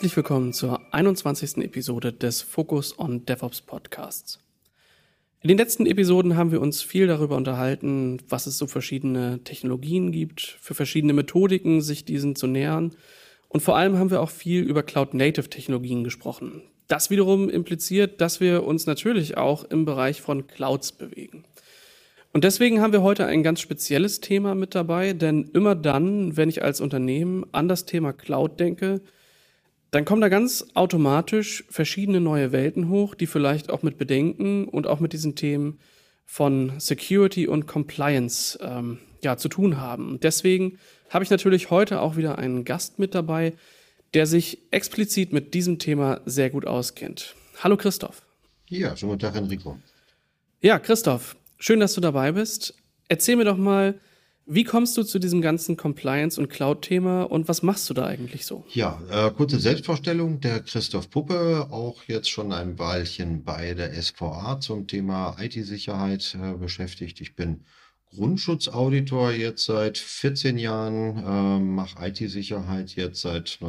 Herzlich willkommen zur 21. Episode des Focus on DevOps Podcasts. In den letzten Episoden haben wir uns viel darüber unterhalten, was es so verschiedene Technologien gibt, für verschiedene Methodiken, sich diesen zu nähern. Und vor allem haben wir auch viel über Cloud-Native-Technologien gesprochen. Das wiederum impliziert, dass wir uns natürlich auch im Bereich von Clouds bewegen. Und deswegen haben wir heute ein ganz spezielles Thema mit dabei, denn immer dann, wenn ich als Unternehmen an das Thema Cloud denke, dann kommen da ganz automatisch verschiedene neue Welten hoch, die vielleicht auch mit Bedenken und auch mit diesen Themen von Security und Compliance zu tun haben. Und deswegen habe ich natürlich heute auch wieder einen Gast mit dabei, der sich explizit mit diesem Thema sehr gut auskennt. Hallo Christoph. Ja, schönen guten Tag, Enrico. Ja, Christoph, schön, dass du dabei bist. Erzähl mir doch mal, wie kommst du zu diesem ganzen Compliance- und Cloud-Thema und was machst du da eigentlich so? Ja, kurze Selbstvorstellung, der Christoph Puppe, auch jetzt schon ein Weilchen bei der SVA zum Thema IT-Sicherheit beschäftigt. Ich bin Grundschutzauditor jetzt seit 14 Jahren, mache IT-Sicherheit jetzt seit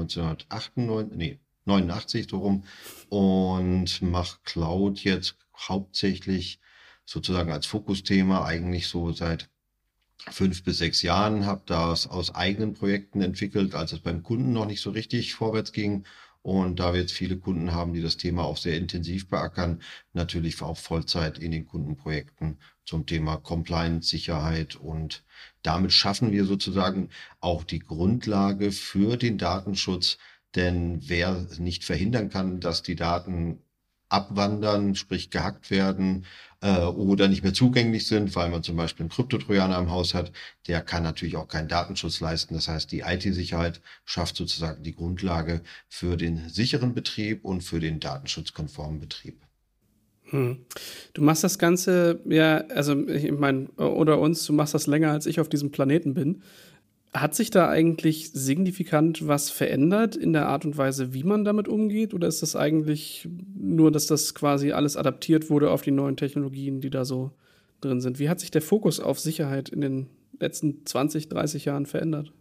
89 so rum und mache Cloud jetzt hauptsächlich sozusagen als Fokusthema eigentlich so seit 5 bis 6 Jahren, habe das aus eigenen Projekten entwickelt, als es beim Kunden noch nicht so richtig vorwärts ging. Und da wir jetzt viele Kunden haben, die das Thema auch sehr intensiv beackern, natürlich auch Vollzeit in den Kundenprojekten zum Thema Compliance, Sicherheit. Und damit schaffen wir sozusagen auch die Grundlage für den Datenschutz. Denn wer nicht verhindern kann, dass die Daten abwandern, sprich gehackt werden oder nicht mehr zugänglich sind, weil man zum Beispiel einen Kryptotrojaner im Haus hat, der kann natürlich auch keinen Datenschutz leisten. Das heißt, die IT-Sicherheit schafft sozusagen die Grundlage für den sicheren Betrieb und für den datenschutzkonformen Betrieb. Du machst das Ganze, ja, also ich meine, oder uns, du machst das länger, als ich auf diesem Planeten bin. Hat sich da eigentlich signifikant was verändert in der Art und Weise, wie man damit umgeht? Oder ist das eigentlich nur, dass das quasi alles adaptiert wurde auf die neuen Technologien, die da so drin sind? Wie hat sich der Fokus auf Sicherheit in den letzten 20, 30 Jahren verändert?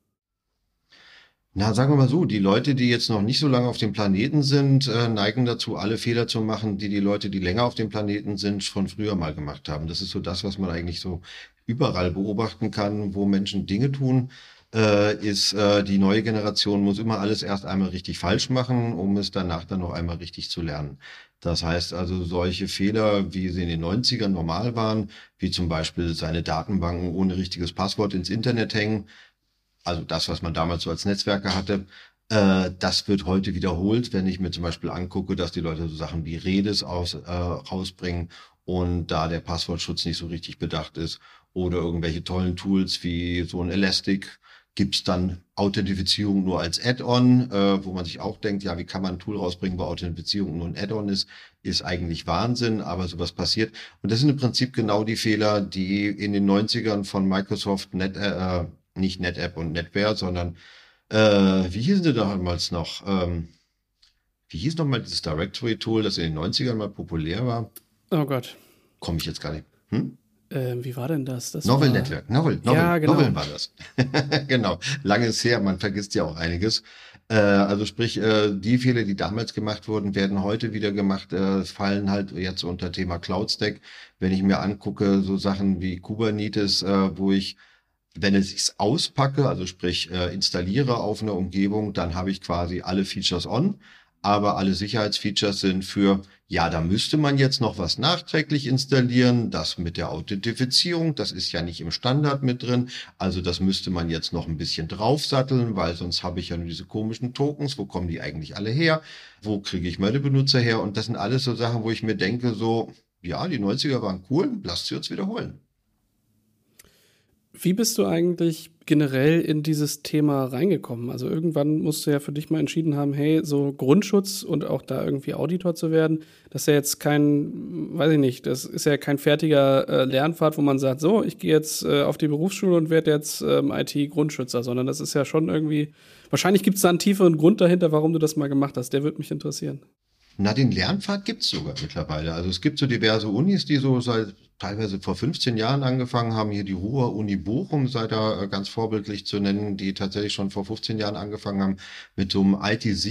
Na, sagen wir mal so, die Leute, die jetzt noch nicht so lange auf dem Planeten sind, neigen dazu, alle Fehler zu machen, die Leute, die länger auf dem Planeten sind, von früher mal gemacht haben. Das ist so das, was man eigentlich so überall beobachten kann, wo Menschen Dinge tun, die neue Generation muss immer alles erst einmal richtig falsch machen, um es danach dann noch einmal richtig zu lernen. Das heißt also, solche Fehler, wie sie in den 90ern normal waren, wie zum Beispiel seine Datenbanken ohne richtiges Passwort ins Internet hängen, also das, was man damals so als Netzwerker hatte, das wird heute wiederholt, wenn ich mir zum Beispiel angucke, dass die Leute so Sachen wie Redis rausbringen und da der Passwortschutz nicht so richtig bedacht ist oder irgendwelche tollen Tools wie so ein Elastic, gibt's dann Authentifizierung nur als Add-on, wo man sich auch denkt, ja, wie kann man ein Tool rausbringen, wo Authentifizierung nur ein Add-on ist eigentlich Wahnsinn, aber sowas passiert. Und das sind im Prinzip genau die Fehler, die in den 90ern von Microsoft nicht NetApp und NetWare, sondern wie hießen die damals noch? Wie hieß nochmal dieses Directory-Tool, das in den 90ern mal populär war? Oh Gott. Komme ich jetzt gar nicht. Wie war denn das? Novel Network. Novel genau. war das. Genau. Lange ist her, man vergisst ja auch einiges. Also sprich, die Fehler, die damals gemacht wurden, werden heute wieder gemacht, fallen halt jetzt unter Thema Cloud Stack. Wenn ich mir angucke, so Sachen wie Kubernetes, wo ich, wenn ich es auspacke, also sprich installiere auf einer Umgebung, dann habe ich quasi alle Features on, aber alle Sicherheitsfeatures sind für, ja, da müsste man jetzt noch was nachträglich installieren, das mit der Authentifizierung, das ist ja nicht im Standard mit drin, also das müsste man jetzt noch ein bisschen draufsatteln, weil sonst habe ich ja nur diese komischen Tokens, wo kommen die eigentlich alle her, wo kriege ich meine Benutzer her, und das sind alles so Sachen, wo ich mir denke, so, ja, die 90er waren cool, lasst sie uns wiederholen. Wie bist du eigentlich generell in dieses Thema reingekommen? Also irgendwann musst du ja für dich mal entschieden haben, hey, so Grundschutz und auch da irgendwie Auditor zu werden, das ist ja jetzt kein, weiß ich nicht, das ist ja kein fertiger Lernpfad, wo man sagt, so, ich gehe jetzt auf die Berufsschule und werde jetzt IT-Grundschützer, sondern das ist ja schon irgendwie, wahrscheinlich gibt es da einen tieferen Grund dahinter, warum du das mal gemacht hast. Der würde mich interessieren. Na, den Lernpfad gibt's sogar mittlerweile. Also es gibt so diverse Unis, die so seit teilweise vor 15 Jahren angefangen haben. Hier die Ruhr-Uni Bochum sei da ganz vorbildlich zu nennen, die tatsächlich schon vor 15 Jahren angefangen haben mit so einem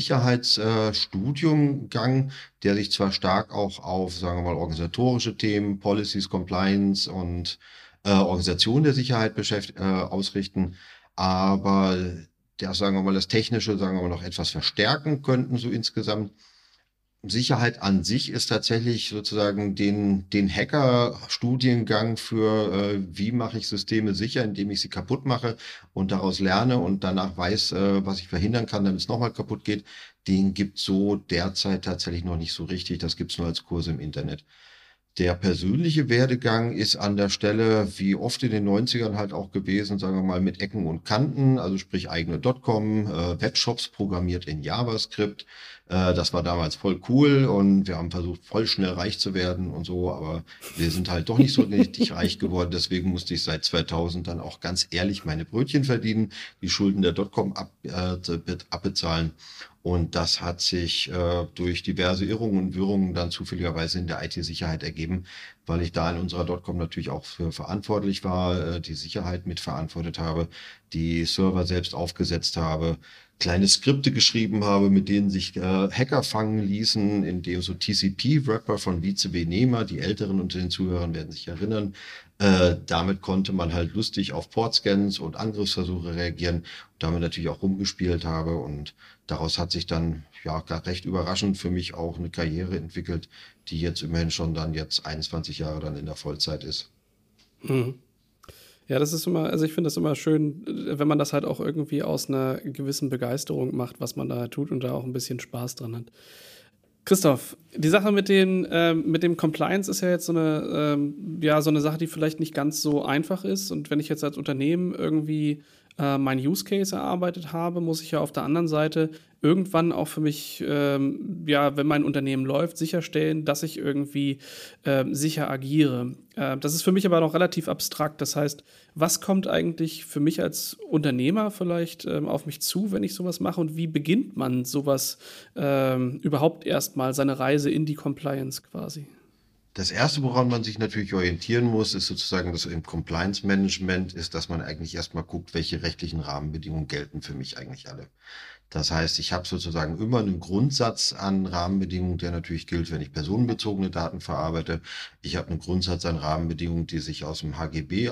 IT-Sicherheitsstudiumgang, der sich zwar stark auch auf, sagen wir mal, organisatorische Themen, Policies, Compliance und Organisation der Sicherheit ausrichten, aber der, sagen wir mal, das Technische, sagen wir mal, noch etwas verstärken könnten, so insgesamt. Sicherheit an sich ist tatsächlich sozusagen den Hacker-Studiengang für, wie mache ich Systeme sicher, indem ich sie kaputt mache und daraus lerne und danach weiß, was ich verhindern kann, damit es nochmal kaputt geht. Den gibt so derzeit tatsächlich noch nicht so richtig. Das gibt's nur als Kurs im Internet. Der persönliche Werdegang ist an der Stelle, wie oft in den 90ern halt auch gewesen, sagen wir mal, mit Ecken und Kanten, also sprich eigene .com, Webshops programmiert in JavaScript. Das war damals voll cool und wir haben versucht, voll schnell reich zu werden und so, aber wir sind halt doch nicht so richtig reich geworden. Deswegen musste ich seit 2000 dann auch ganz ehrlich meine Brötchen verdienen, die Schulden der abbezahlen. Und das hat sich durch diverse Irrungen und Wirrungen dann zufälligerweise in der IT-Sicherheit ergeben, weil ich da in unserer .com natürlich auch für verantwortlich war, die Sicherheit mitverantwortet habe, die Server selbst aufgesetzt habe, kleine Skripte geschrieben habe, mit denen sich Hacker fangen ließen, indem so TCP-Wrapper von WCW Nehmer, die Älteren unter den Zuhörern werden sich erinnern, damit konnte man halt lustig auf Portscans und Angriffsversuche reagieren, damit natürlich auch rumgespielt habe und daraus hat sich dann ja recht überraschend für mich auch eine Karriere entwickelt, die jetzt immerhin schon dann jetzt 21 Jahre dann in der Vollzeit ist. Mhm. Ja, das ist immer, also ich finde das immer schön, wenn man das halt auch irgendwie aus einer gewissen Begeisterung macht, was man da tut und da auch ein bisschen Spaß dran hat. Christoph, die Sache mit dem Compliance ist ja jetzt so eine Sache, die vielleicht nicht ganz so einfach ist. Und wenn ich jetzt als Unternehmen irgendwie mein Use Case erarbeitet habe, muss ich ja auf der anderen Seite irgendwann auch für mich, wenn mein Unternehmen läuft, sicherstellen, dass ich irgendwie sicher agiere. Das ist für mich aber noch relativ abstrakt. Das heißt, was kommt eigentlich für mich als Unternehmer vielleicht auf mich zu, wenn ich sowas mache? Und wie beginnt man sowas überhaupt erstmal, seine Reise in die Compliance quasi? Das erste, woran man sich natürlich orientieren muss, ist sozusagen das im Compliance Management, ist, dass man eigentlich erstmal guckt, welche rechtlichen Rahmenbedingungen gelten für mich eigentlich alle. Das heißt, ich habe sozusagen immer einen Grundsatz an Rahmenbedingungen, der natürlich gilt, wenn ich personenbezogene Daten verarbeite. Ich habe einen Grundsatz an Rahmenbedingungen, die sich aus dem HGB,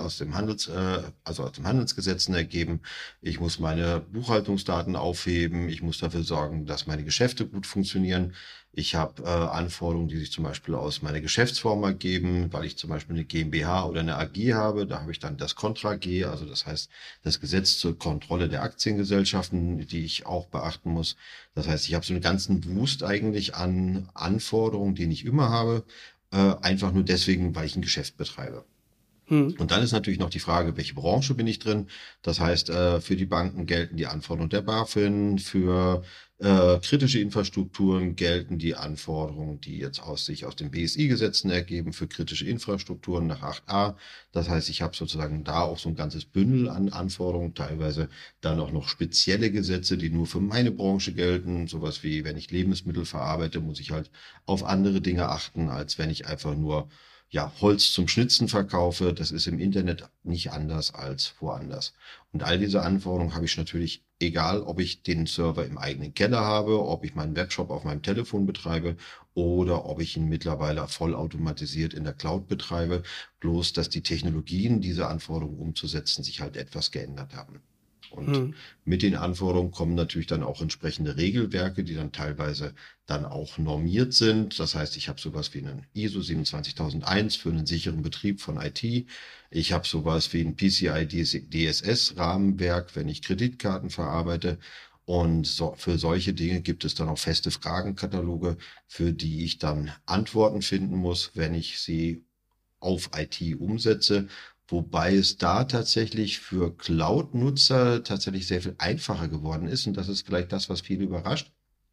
also aus dem Handelsgesetzen ergeben. Ich muss meine Buchhaltungsdaten aufheben. Ich muss dafür sorgen, dass meine Geschäfte gut funktionieren. Ich habe Anforderungen, die sich zum Beispiel aus meiner Geschäftsform ergeben, weil ich zum Beispiel eine GmbH oder eine AG habe. Da habe ich dann das Contra G, also das heißt das Gesetz zur Kontrolle der Aktiengesellschaften, die ich auch beachten muss. Das heißt, ich habe so einen ganzen Wust eigentlich an Anforderungen, den ich immer habe, einfach nur deswegen, weil ich ein Geschäft betreibe. Und dann ist natürlich noch die Frage, welche Branche bin ich drin? Das heißt, für die Banken gelten die Anforderungen der BaFin, für kritische Infrastrukturen gelten die Anforderungen, die jetzt sich aus den BSI-Gesetzen ergeben, für kritische Infrastrukturen nach 8a. Das heißt, ich habe sozusagen da auch so ein ganzes Bündel an Anforderungen, teilweise dann auch noch spezielle Gesetze, die nur für meine Branche gelten. Sowas wie, wenn ich Lebensmittel verarbeite, muss ich halt auf andere Dinge achten, als wenn ich einfach nur Holz zum Schnitzen verkaufe. Das ist im Internet nicht anders als woanders. Und all diese Anforderungen habe ich natürlich, egal ob ich den Server im eigenen Keller habe, ob ich meinen Webshop auf meinem Telefon betreibe oder ob ich ihn mittlerweile vollautomatisiert in der Cloud betreibe. Bloß, dass die Technologien, diese Anforderungen umzusetzen, sich halt etwas geändert haben. Und mit den Anforderungen kommen natürlich dann auch entsprechende Regelwerke, die dann teilweise dann auch normiert sind. Das heißt, ich habe sowas wie einen ISO 27001 für einen sicheren Betrieb von IT. Ich habe sowas wie ein PCI DSS Rahmenwerk, wenn ich Kreditkarten verarbeite. Und für solche Dinge gibt es dann auch feste Fragenkataloge, für die ich dann Antworten finden muss, wenn ich sie auf IT umsetze. Wobei es da tatsächlich für Cloud-Nutzer tatsächlich sehr viel einfacher geworden ist. Und das ist vielleicht das, was viele überrascht.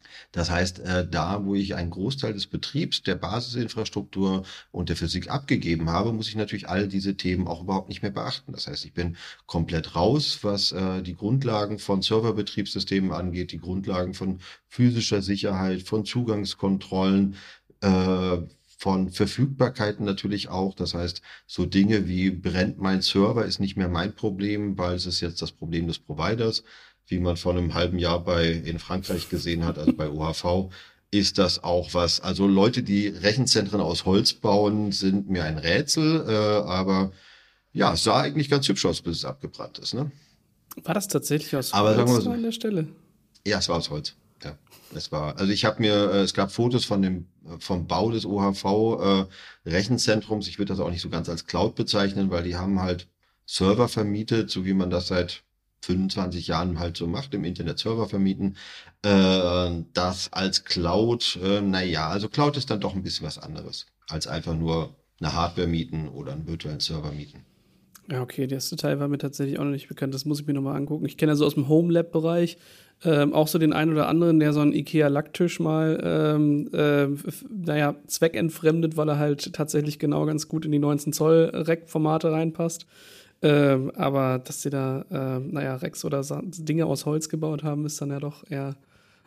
Das heißt, da, wo ich einen Großteil des Betriebs, der Basisinfrastruktur und der Physik abgegeben habe, muss ich natürlich all diese Themen auch überhaupt nicht mehr beachten. Das heißt, ich bin komplett raus, was die Grundlagen von Serverbetriebssystemen angeht, die Grundlagen von physischer Sicherheit, von Zugangskontrollen, äh, von Verfügbarkeiten natürlich auch. Das heißt, so Dinge wie brennt mein Server ist nicht mehr mein Problem, weil es ist jetzt das Problem des Providers, wie man vor einem halben Jahr in Frankreich gesehen hat, also bei OHV, ist das auch was. Also Leute, die Rechenzentren aus Holz bauen, sind mir ein Rätsel, aber ja, es sah eigentlich ganz hübsch aus, bis es abgebrannt ist, ne? War das tatsächlich aus Aber sagen wir Holz mal da so, an der Stelle? ja, es war aus Holz. Ja, also ich habe es gab Fotos vom Bau des OHV Rechenzentrums. Ich würde das auch nicht so ganz als Cloud bezeichnen, weil die haben halt Server vermietet, so wie man das seit 25 Jahren halt so macht, im Internet Server vermieten. Das als Cloud, naja, also Cloud ist dann doch ein bisschen was anderes, als einfach nur eine Hardware mieten oder einen virtuellen Server mieten. Ja, okay, der erste Teil war mir tatsächlich auch noch nicht bekannt. Das muss ich mir nochmal angucken. Ich kenne also aus dem Home-Lab-Bereich auch so den einen oder anderen, der so einen IKEA-Lacktisch mal, naja, zweckentfremdet, weil er halt tatsächlich genau ganz gut in die 19 Zoll Rack-Formate reinpasst. Aber dass sie da, naja, Racks oder Dinge aus Holz gebaut haben, ist dann ja doch eher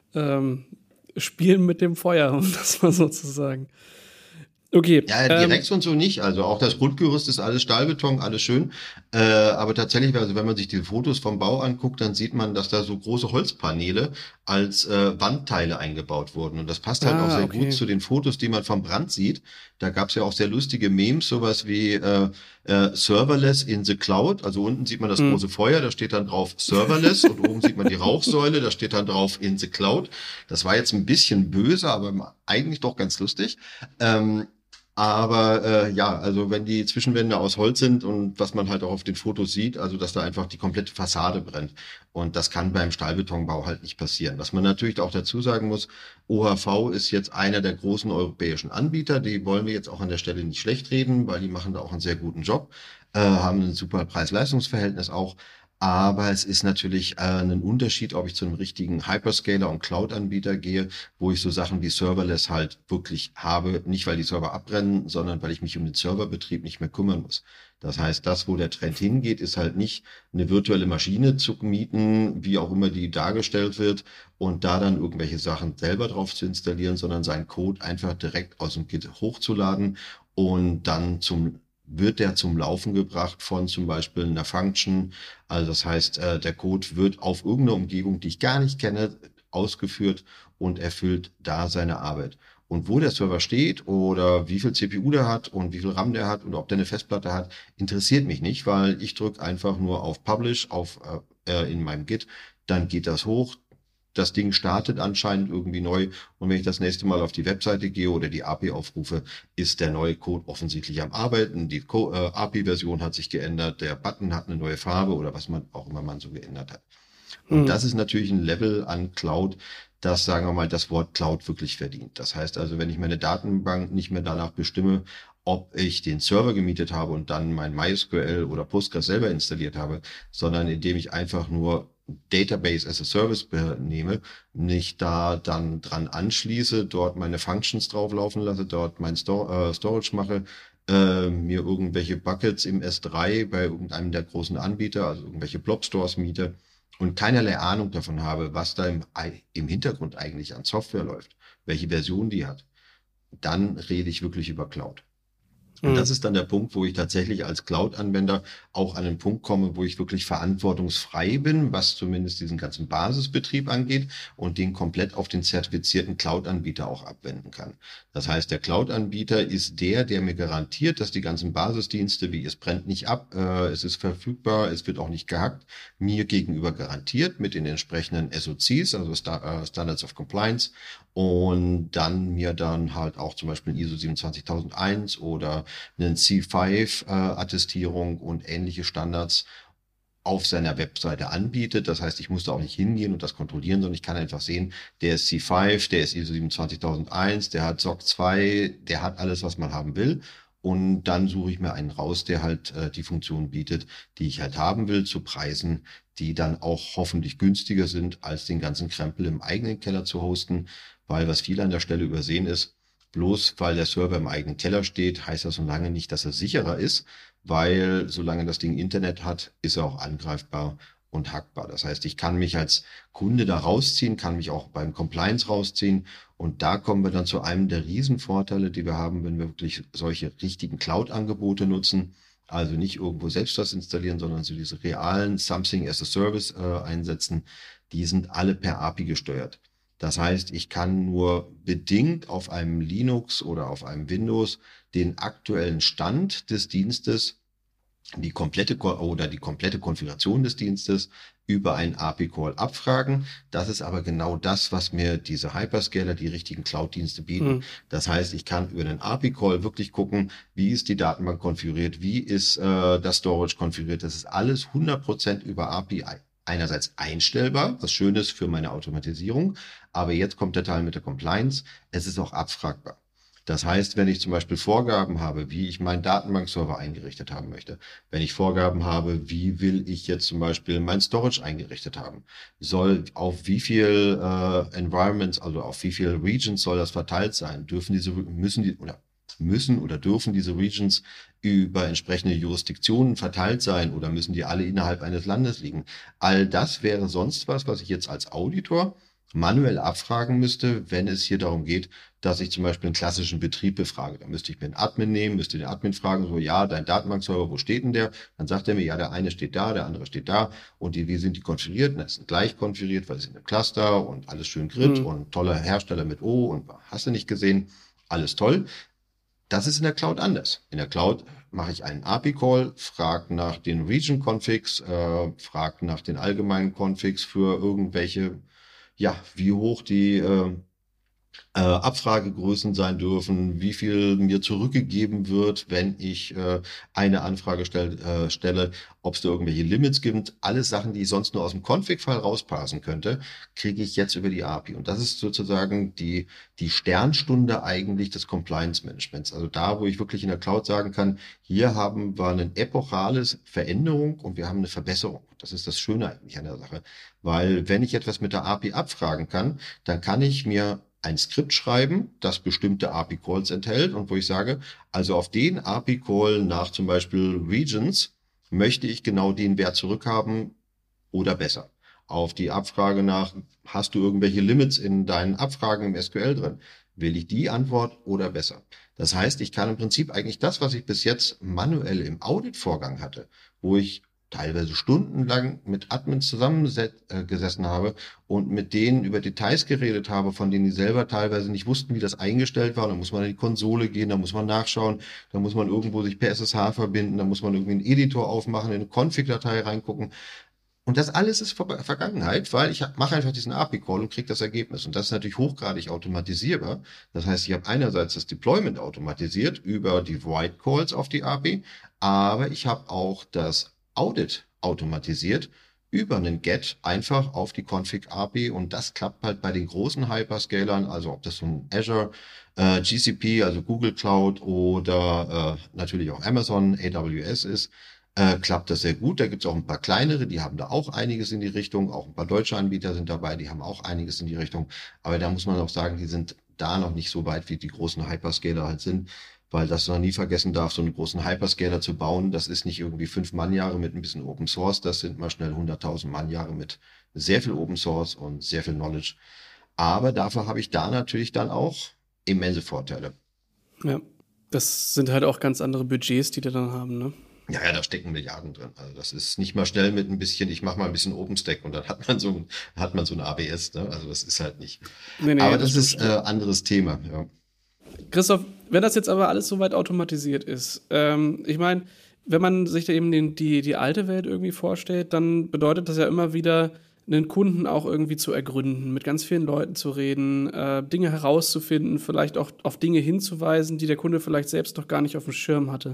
Spielen mit dem Feuer, um das mal so zu sagen. Okay. Ja, direkt und so nicht. Also auch das Grundgerüst ist alles Stahlbeton, alles schön. Aber tatsächlich, also wenn man sich die Fotos vom Bau anguckt, dann sieht man, dass da so große Holzpaneele als Wandteile eingebaut wurden. Und das passt halt auch sehr gut Okay. zu den Fotos, die man vom Brand sieht. Da gab's ja auch sehr lustige Memes, sowas wie Serverless in the Cloud. Also unten sieht man das Hm. große Feuer, da steht dann drauf Serverless und oben sieht man die Rauchsäule, da steht dann drauf in the Cloud. Das war jetzt ein bisschen böse, aber eigentlich doch ganz lustig. Aber ja, also wenn die Zwischenwände aus Holz sind und was man halt auch auf den Fotos sieht, also dass da einfach die komplette Fassade brennt. Und das kann beim Stahlbetonbau halt nicht passieren. Was man natürlich auch dazu sagen muss, OHV ist jetzt einer der großen europäischen Anbieter. Die wollen wir jetzt auch an der Stelle nicht schlecht reden, weil die machen da auch einen sehr guten Job, haben ein super Preis-Leistungs-Verhältnis auch. Aber es ist natürlich ein Unterschied, ob ich zu einem richtigen Hyperscaler und Cloud-Anbieter gehe, wo ich so Sachen wie Serverless halt wirklich habe, nicht weil die Server abbrennen, sondern weil ich mich um den Serverbetrieb nicht mehr kümmern muss. Das heißt, das, wo der Trend hingeht, ist halt nicht eine virtuelle Maschine zu mieten, wie auch immer die dargestellt wird, und da dann irgendwelche Sachen selber drauf zu installieren, sondern seinen Code einfach direkt aus dem Git hochzuladen und dann wird der zum Laufen gebracht von zum Beispiel einer Function. Also das heißt, der Code wird auf irgendeiner Umgebung, die ich gar nicht kenne, ausgeführt und erfüllt da seine Arbeit. Und wo der Server steht oder wie viel CPU der hat und wie viel RAM der hat und ob der eine Festplatte hat, interessiert mich nicht, weil ich drücke einfach nur auf Publish in meinem Git, dann geht das hoch. Das Ding startet anscheinend irgendwie neu und wenn ich das nächste Mal auf die Webseite gehe oder die API aufrufe, ist der neue Code offensichtlich am Arbeiten. Die API-Version hat sich geändert, der Button hat eine neue Farbe oder was man auch immer man so geändert hat. Und Hm. das ist natürlich ein Level an Cloud, das, sagen wir mal, das Wort Cloud wirklich verdient. Das heißt also, wenn ich meine Datenbank nicht mehr danach bestimme, ob ich den Server gemietet habe und dann mein MySQL oder Postgres selber installiert habe, sondern indem ich einfach nur Database as a Service nehme, nicht da dann dran anschließe, dort meine Functions drauflaufen lasse, dort mein Storage mache, mir irgendwelche Buckets im S3 bei irgendeinem der großen Anbieter, also irgendwelche Blob-Stores miete und keinerlei Ahnung davon habe, was da im Hintergrund eigentlich an Software läuft, welche Version die hat, dann rede ich wirklich über Cloud. Und Hm. das ist dann der Punkt, wo ich tatsächlich als Cloud-Anwender auch an den Punkt komme, wo ich wirklich verantwortungsfrei bin, was zumindest diesen ganzen Basisbetrieb angeht und den komplett auf den zertifizierten Cloud-Anbieter auch abwenden kann. Das heißt, der Cloud-Anbieter ist der mir garantiert, dass die ganzen Basisdienste, wie es brennt nicht ab, es ist verfügbar, es wird auch nicht gehackt, mir gegenüber garantiert mit den entsprechenden SOCs, also Standards of Compliance, und dann mir dann halt auch zum Beispiel ISO 27001 oder einen C5-Attestierung und ähnliche Standards auf seiner Webseite anbietet. Das heißt, ich muss da auch nicht hingehen und das kontrollieren, sondern ich kann einfach sehen, der ist C5, der ist ISO 27001, der hat SOC 2, der hat alles, was man haben will. und dann suche ich mir einen raus, der halt die Funktion bietet, die ich halt haben will, zu Preisen, die dann auch hoffentlich günstiger sind, als den ganzen Krempel im eigenen Keller zu hosten, weil was viel an der Stelle übersehen ist, bloß weil der Server im eigenen Keller steht, heißt das so lange nicht, dass er sicherer ist, weil solange das Ding Internet hat, ist er auch angreifbar und hackbar. Das heißt, ich kann mich als Kunde da rausziehen, kann mich auch beim Compliance rausziehen. Und da kommen wir dann zu einem der Riesenvorteile, die wir haben, wenn wir wirklich solche richtigen Cloud-Angebote nutzen. Also nicht irgendwo selbst was installieren, sondern so diese realen Something as a Service einsetzen. Die sind alle per API gesteuert. Das heißt, ich kann nur bedingt auf einem Linux oder auf einem Windows den aktuellen Stand des Dienstes, die komplette Konfiguration des Dienstes über einen API-Call abfragen. Das ist aber genau das, was mir diese Hyperscaler, die richtigen Cloud-Dienste bieten. Das heißt, ich kann über einen API-Call wirklich gucken, wie ist die Datenbank konfiguriert, wie ist das Storage konfiguriert. Das ist alles 100% über API einerseits einstellbar, was schön ist für meine Automatisierung, aber jetzt kommt der Teil mit der Compliance. Es ist auch abfragbar. Das heißt, wenn ich zum Beispiel Vorgaben habe, wie ich meinen Datenbankserver eingerichtet haben möchte, wenn ich Vorgaben habe, wie will ich jetzt zum Beispiel mein Storage eingerichtet haben, soll auf wie viel Environments, also auf wie viele Regions soll das verteilt sein, müssen oder dürfen diese Regions über entsprechende Jurisdiktionen verteilt sein oder müssen die alle innerhalb eines Landes liegen. All das wäre sonst was ich jetzt als Auditor manuell abfragen müsste, wenn es hier darum geht, dass ich zum Beispiel einen klassischen Betrieb befrage. Da müsste ich mir einen Admin nehmen, müsste den Admin fragen, so, ja, dein Datenbankserver, wo steht denn der? Dann sagt er mir, ja, der eine steht da, der andere steht da und wie sind die konfiguriert? Na, sind gleich konfiguriert, weil sie sind im Cluster und alles schön Grid und toller Hersteller mit O und hast du nicht gesehen, alles toll. Das ist in der Cloud anders. In der Cloud mache ich einen API-Call, frage nach den Region-Configs, frage nach den allgemeinen Configs für irgendwelche, ja, wie hoch die Abfragegrößen sein dürfen, wie viel mir zurückgegeben wird, wenn ich eine Anfrage stelle, ob es da irgendwelche Limits gibt. Alles Sachen, die ich sonst nur aus dem Config-File rausparsen könnte, kriege ich jetzt über die API. Und das ist sozusagen die Sternstunde eigentlich des Compliance-Managements. Also da, wo ich wirklich in der Cloud sagen kann, hier haben wir eine epochales Veränderung und wir haben eine Verbesserung. Das ist das Schöne eigentlich an der Sache. Weil wenn ich etwas mit der API abfragen kann, dann kann ich mir ein Skript schreiben, das bestimmte API-Calls enthält und wo ich sage, also auf den API-Call nach zum Beispiel Regions möchte ich genau den Wert zurückhaben oder besser. Auf die Abfrage nach, hast du irgendwelche Limits in deinen Abfragen im SQL drin? Will ich die Antwort oder besser? Das heißt, ich kann im Prinzip eigentlich das, was ich bis jetzt manuell im Audit-Vorgang hatte, wo ich teilweise stundenlang mit Admins zusammengesessen habe und mit denen über Details geredet habe, von denen die selber teilweise nicht wussten, wie das eingestellt war. Da muss man in die Konsole gehen, da muss man nachschauen, da muss man irgendwo sich per SSH verbinden, da muss man irgendwie einen Editor aufmachen, in eine Config-Datei reingucken. Und das alles ist Vergangenheit, weil ich mache einfach diesen API-Call und kriege das Ergebnis. Und das ist natürlich hochgradig automatisierbar. Das heißt, ich habe einerseits das Deployment automatisiert über die Write Calls auf die API, aber ich habe auch das Audit automatisiert über einen Get einfach auf die Config-API und das klappt halt bei den großen Hyperscalern, also ob das so ein Azure, GCP, also Google Cloud oder natürlich auch Amazon, AWS ist, klappt das sehr gut. Da gibt es auch ein paar kleinere, die haben da auch einiges in die Richtung, auch ein paar deutsche Anbieter sind dabei, die haben auch einiges in die Richtung, aber da muss man auch sagen, die sind da noch nicht so weit, wie die großen Hyperscaler halt sind. Weil das noch nie vergessen darf, so einen großen Hyperscaler zu bauen, das ist nicht irgendwie 5 Mannjahre mit ein bisschen Open Source, das sind mal schnell 100.000 Mannjahre mit sehr viel Open Source und sehr viel Knowledge. Aber dafür habe ich da natürlich dann auch immense Vorteile. Ja, das sind halt auch ganz andere Budgets, die die dann haben, ne? Ja, da stecken Milliarden drin. Also das ist nicht mal schnell mit ein bisschen, ich mache mal ein bisschen OpenStack und dann hat man so ein AWS, ne? Also das ist halt nicht. Nee, aber das ist anderes Thema, ja. Christoph, wenn das jetzt aber alles so weit automatisiert ist, ich meine, wenn man sich da eben die alte Welt irgendwie vorstellt, dann bedeutet das ja immer wieder, einen Kunden auch irgendwie zu ergründen, mit ganz vielen Leuten zu reden, Dinge herauszufinden, vielleicht auch auf Dinge hinzuweisen, die der Kunde vielleicht selbst noch gar nicht auf dem Schirm hatte.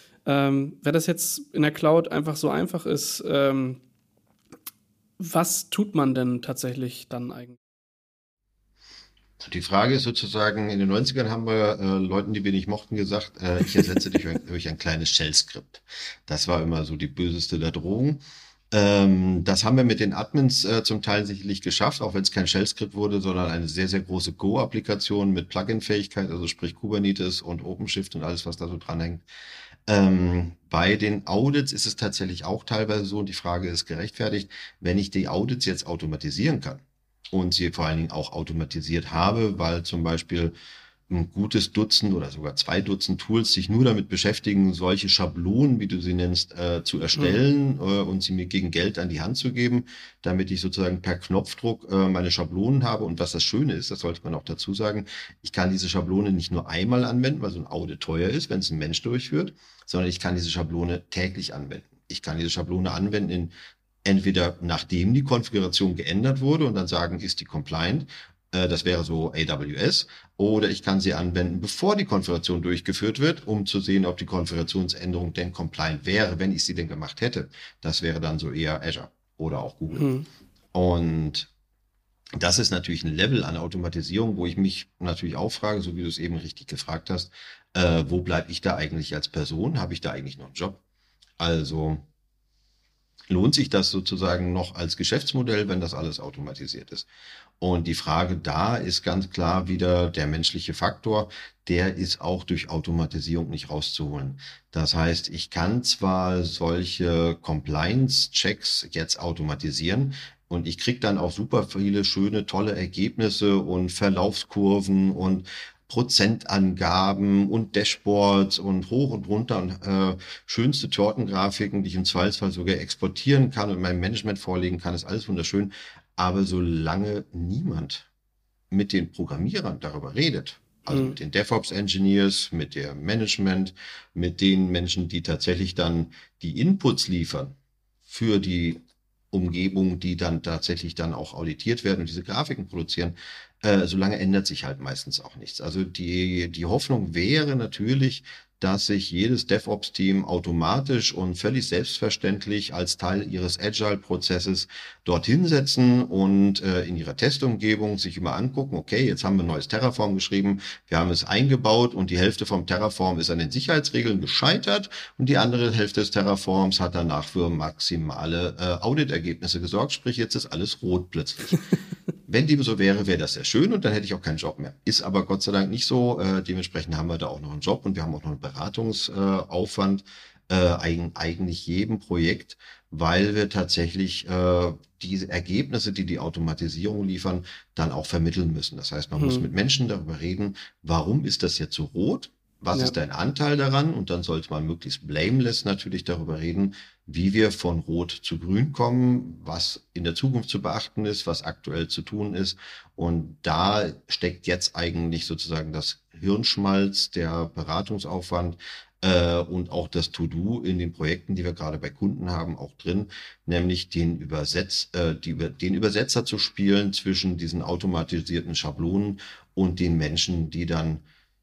Wenn das jetzt in der Cloud einfach so einfach ist, was tut man denn tatsächlich dann eigentlich? Die Frage ist sozusagen, in den 90ern haben wir Leuten, die wir nicht mochten, gesagt, ich ersetze dich durch ein kleines Shell-Skript. Das war immer so die böseste der Drohungen. Das haben wir mit den Admins zum Teil sicherlich geschafft, auch wenn es kein Shell-Skript wurde, sondern eine sehr, sehr große Go-Applikation mit Plugin-Fähigkeit, also sprich Kubernetes und OpenShift und alles, was da so dranhängt. Bei den Audits ist es tatsächlich auch teilweise so, und die Frage ist gerechtfertigt, wenn ich die Audits jetzt automatisieren kann und sie vor allen Dingen auch automatisiert habe, weil zum Beispiel ein gutes Dutzend oder sogar 2 Dutzend Tools sich nur damit beschäftigen, solche Schablonen, wie du sie nennst, zu erstellen und sie mir gegen Geld an die Hand zu geben, damit ich sozusagen per Knopfdruck meine Schablonen habe. Und was das Schöne ist, das sollte man auch dazu sagen, ich kann diese Schablone nicht nur einmal anwenden, weil so ein Audit teuer ist, wenn es ein Mensch durchführt, sondern ich kann diese Schablone täglich anwenden. Ich kann diese Schablone anwenden in entweder nachdem die Konfiguration geändert wurde und dann sagen, ist die compliant, das wäre so AWS, oder ich kann sie anwenden, bevor die Konfiguration durchgeführt wird, um zu sehen, ob die Konfigurationsänderung denn compliant wäre, wenn ich sie denn gemacht hätte. Das wäre dann so eher Azure oder auch Google. Und das ist natürlich ein Level an Automatisierung, wo ich mich natürlich auch frage, so wie du es eben richtig gefragt hast, wo bleibe ich da eigentlich als Person? Habe ich da eigentlich noch einen Job? Also lohnt sich das sozusagen noch als Geschäftsmodell, wenn das alles automatisiert ist? Und die Frage da ist ganz klar wieder der menschliche Faktor, der ist auch durch Automatisierung nicht rauszuholen. Das heißt, ich kann zwar solche Compliance-Checks jetzt automatisieren und ich kriege dann auch super viele schöne, tolle Ergebnisse und Verlaufskurven und Prozentangaben und Dashboards und hoch und runter und schönste Tortengrafiken, die ich im Zweifelsfall sogar exportieren kann und meinem Management vorlegen kann, ist alles wunderschön. Aber solange niemand mit den Programmierern darüber redet, also mit den DevOps-Engineers, mit dem Management, mit den Menschen, die tatsächlich dann die Inputs liefern für die Umgebung, die dann tatsächlich dann auch auditiert werden und diese Grafiken produzieren, solange ändert sich halt meistens auch nichts. Also die Hoffnung wäre natürlich, dass sich jedes DevOps-Team automatisch und völlig selbstverständlich als Teil ihres Agile-Prozesses dorthin setzen und in ihrer Testumgebung sich immer angucken, okay, jetzt haben wir ein neues Terraform geschrieben, wir haben es eingebaut und die Hälfte vom Terraform ist an den Sicherheitsregeln gescheitert und die andere Hälfte des Terraforms hat danach für maximale Auditergebnisse gesorgt, sprich jetzt ist alles rot plötzlich. Wenn dem so wäre, wäre das sehr schön und dann hätte ich auch keinen Job mehr. Ist aber Gott sei Dank nicht so. Dementsprechend haben wir da auch noch einen Job und wir haben auch noch einen Beratungsaufwand eigentlich jedem Projekt, weil wir tatsächlich diese Ergebnisse, die die Automatisierung liefern, dann auch vermitteln müssen. Das heißt, man muss mit Menschen darüber reden, warum ist das jetzt so rot? Was ist dein Anteil daran? Und dann sollte man möglichst blameless natürlich darüber reden, wie wir von Rot zu Grün kommen, was in der Zukunft zu beachten ist, was aktuell zu tun ist. Und da steckt jetzt eigentlich sozusagen das Hirnschmalz, der Beratungsaufwand und auch das To-Do in den Projekten, die wir gerade bei Kunden haben, auch drin, nämlich den Übersetzer zu spielen zwischen diesen automatisierten Schablonen und den Menschen, die dann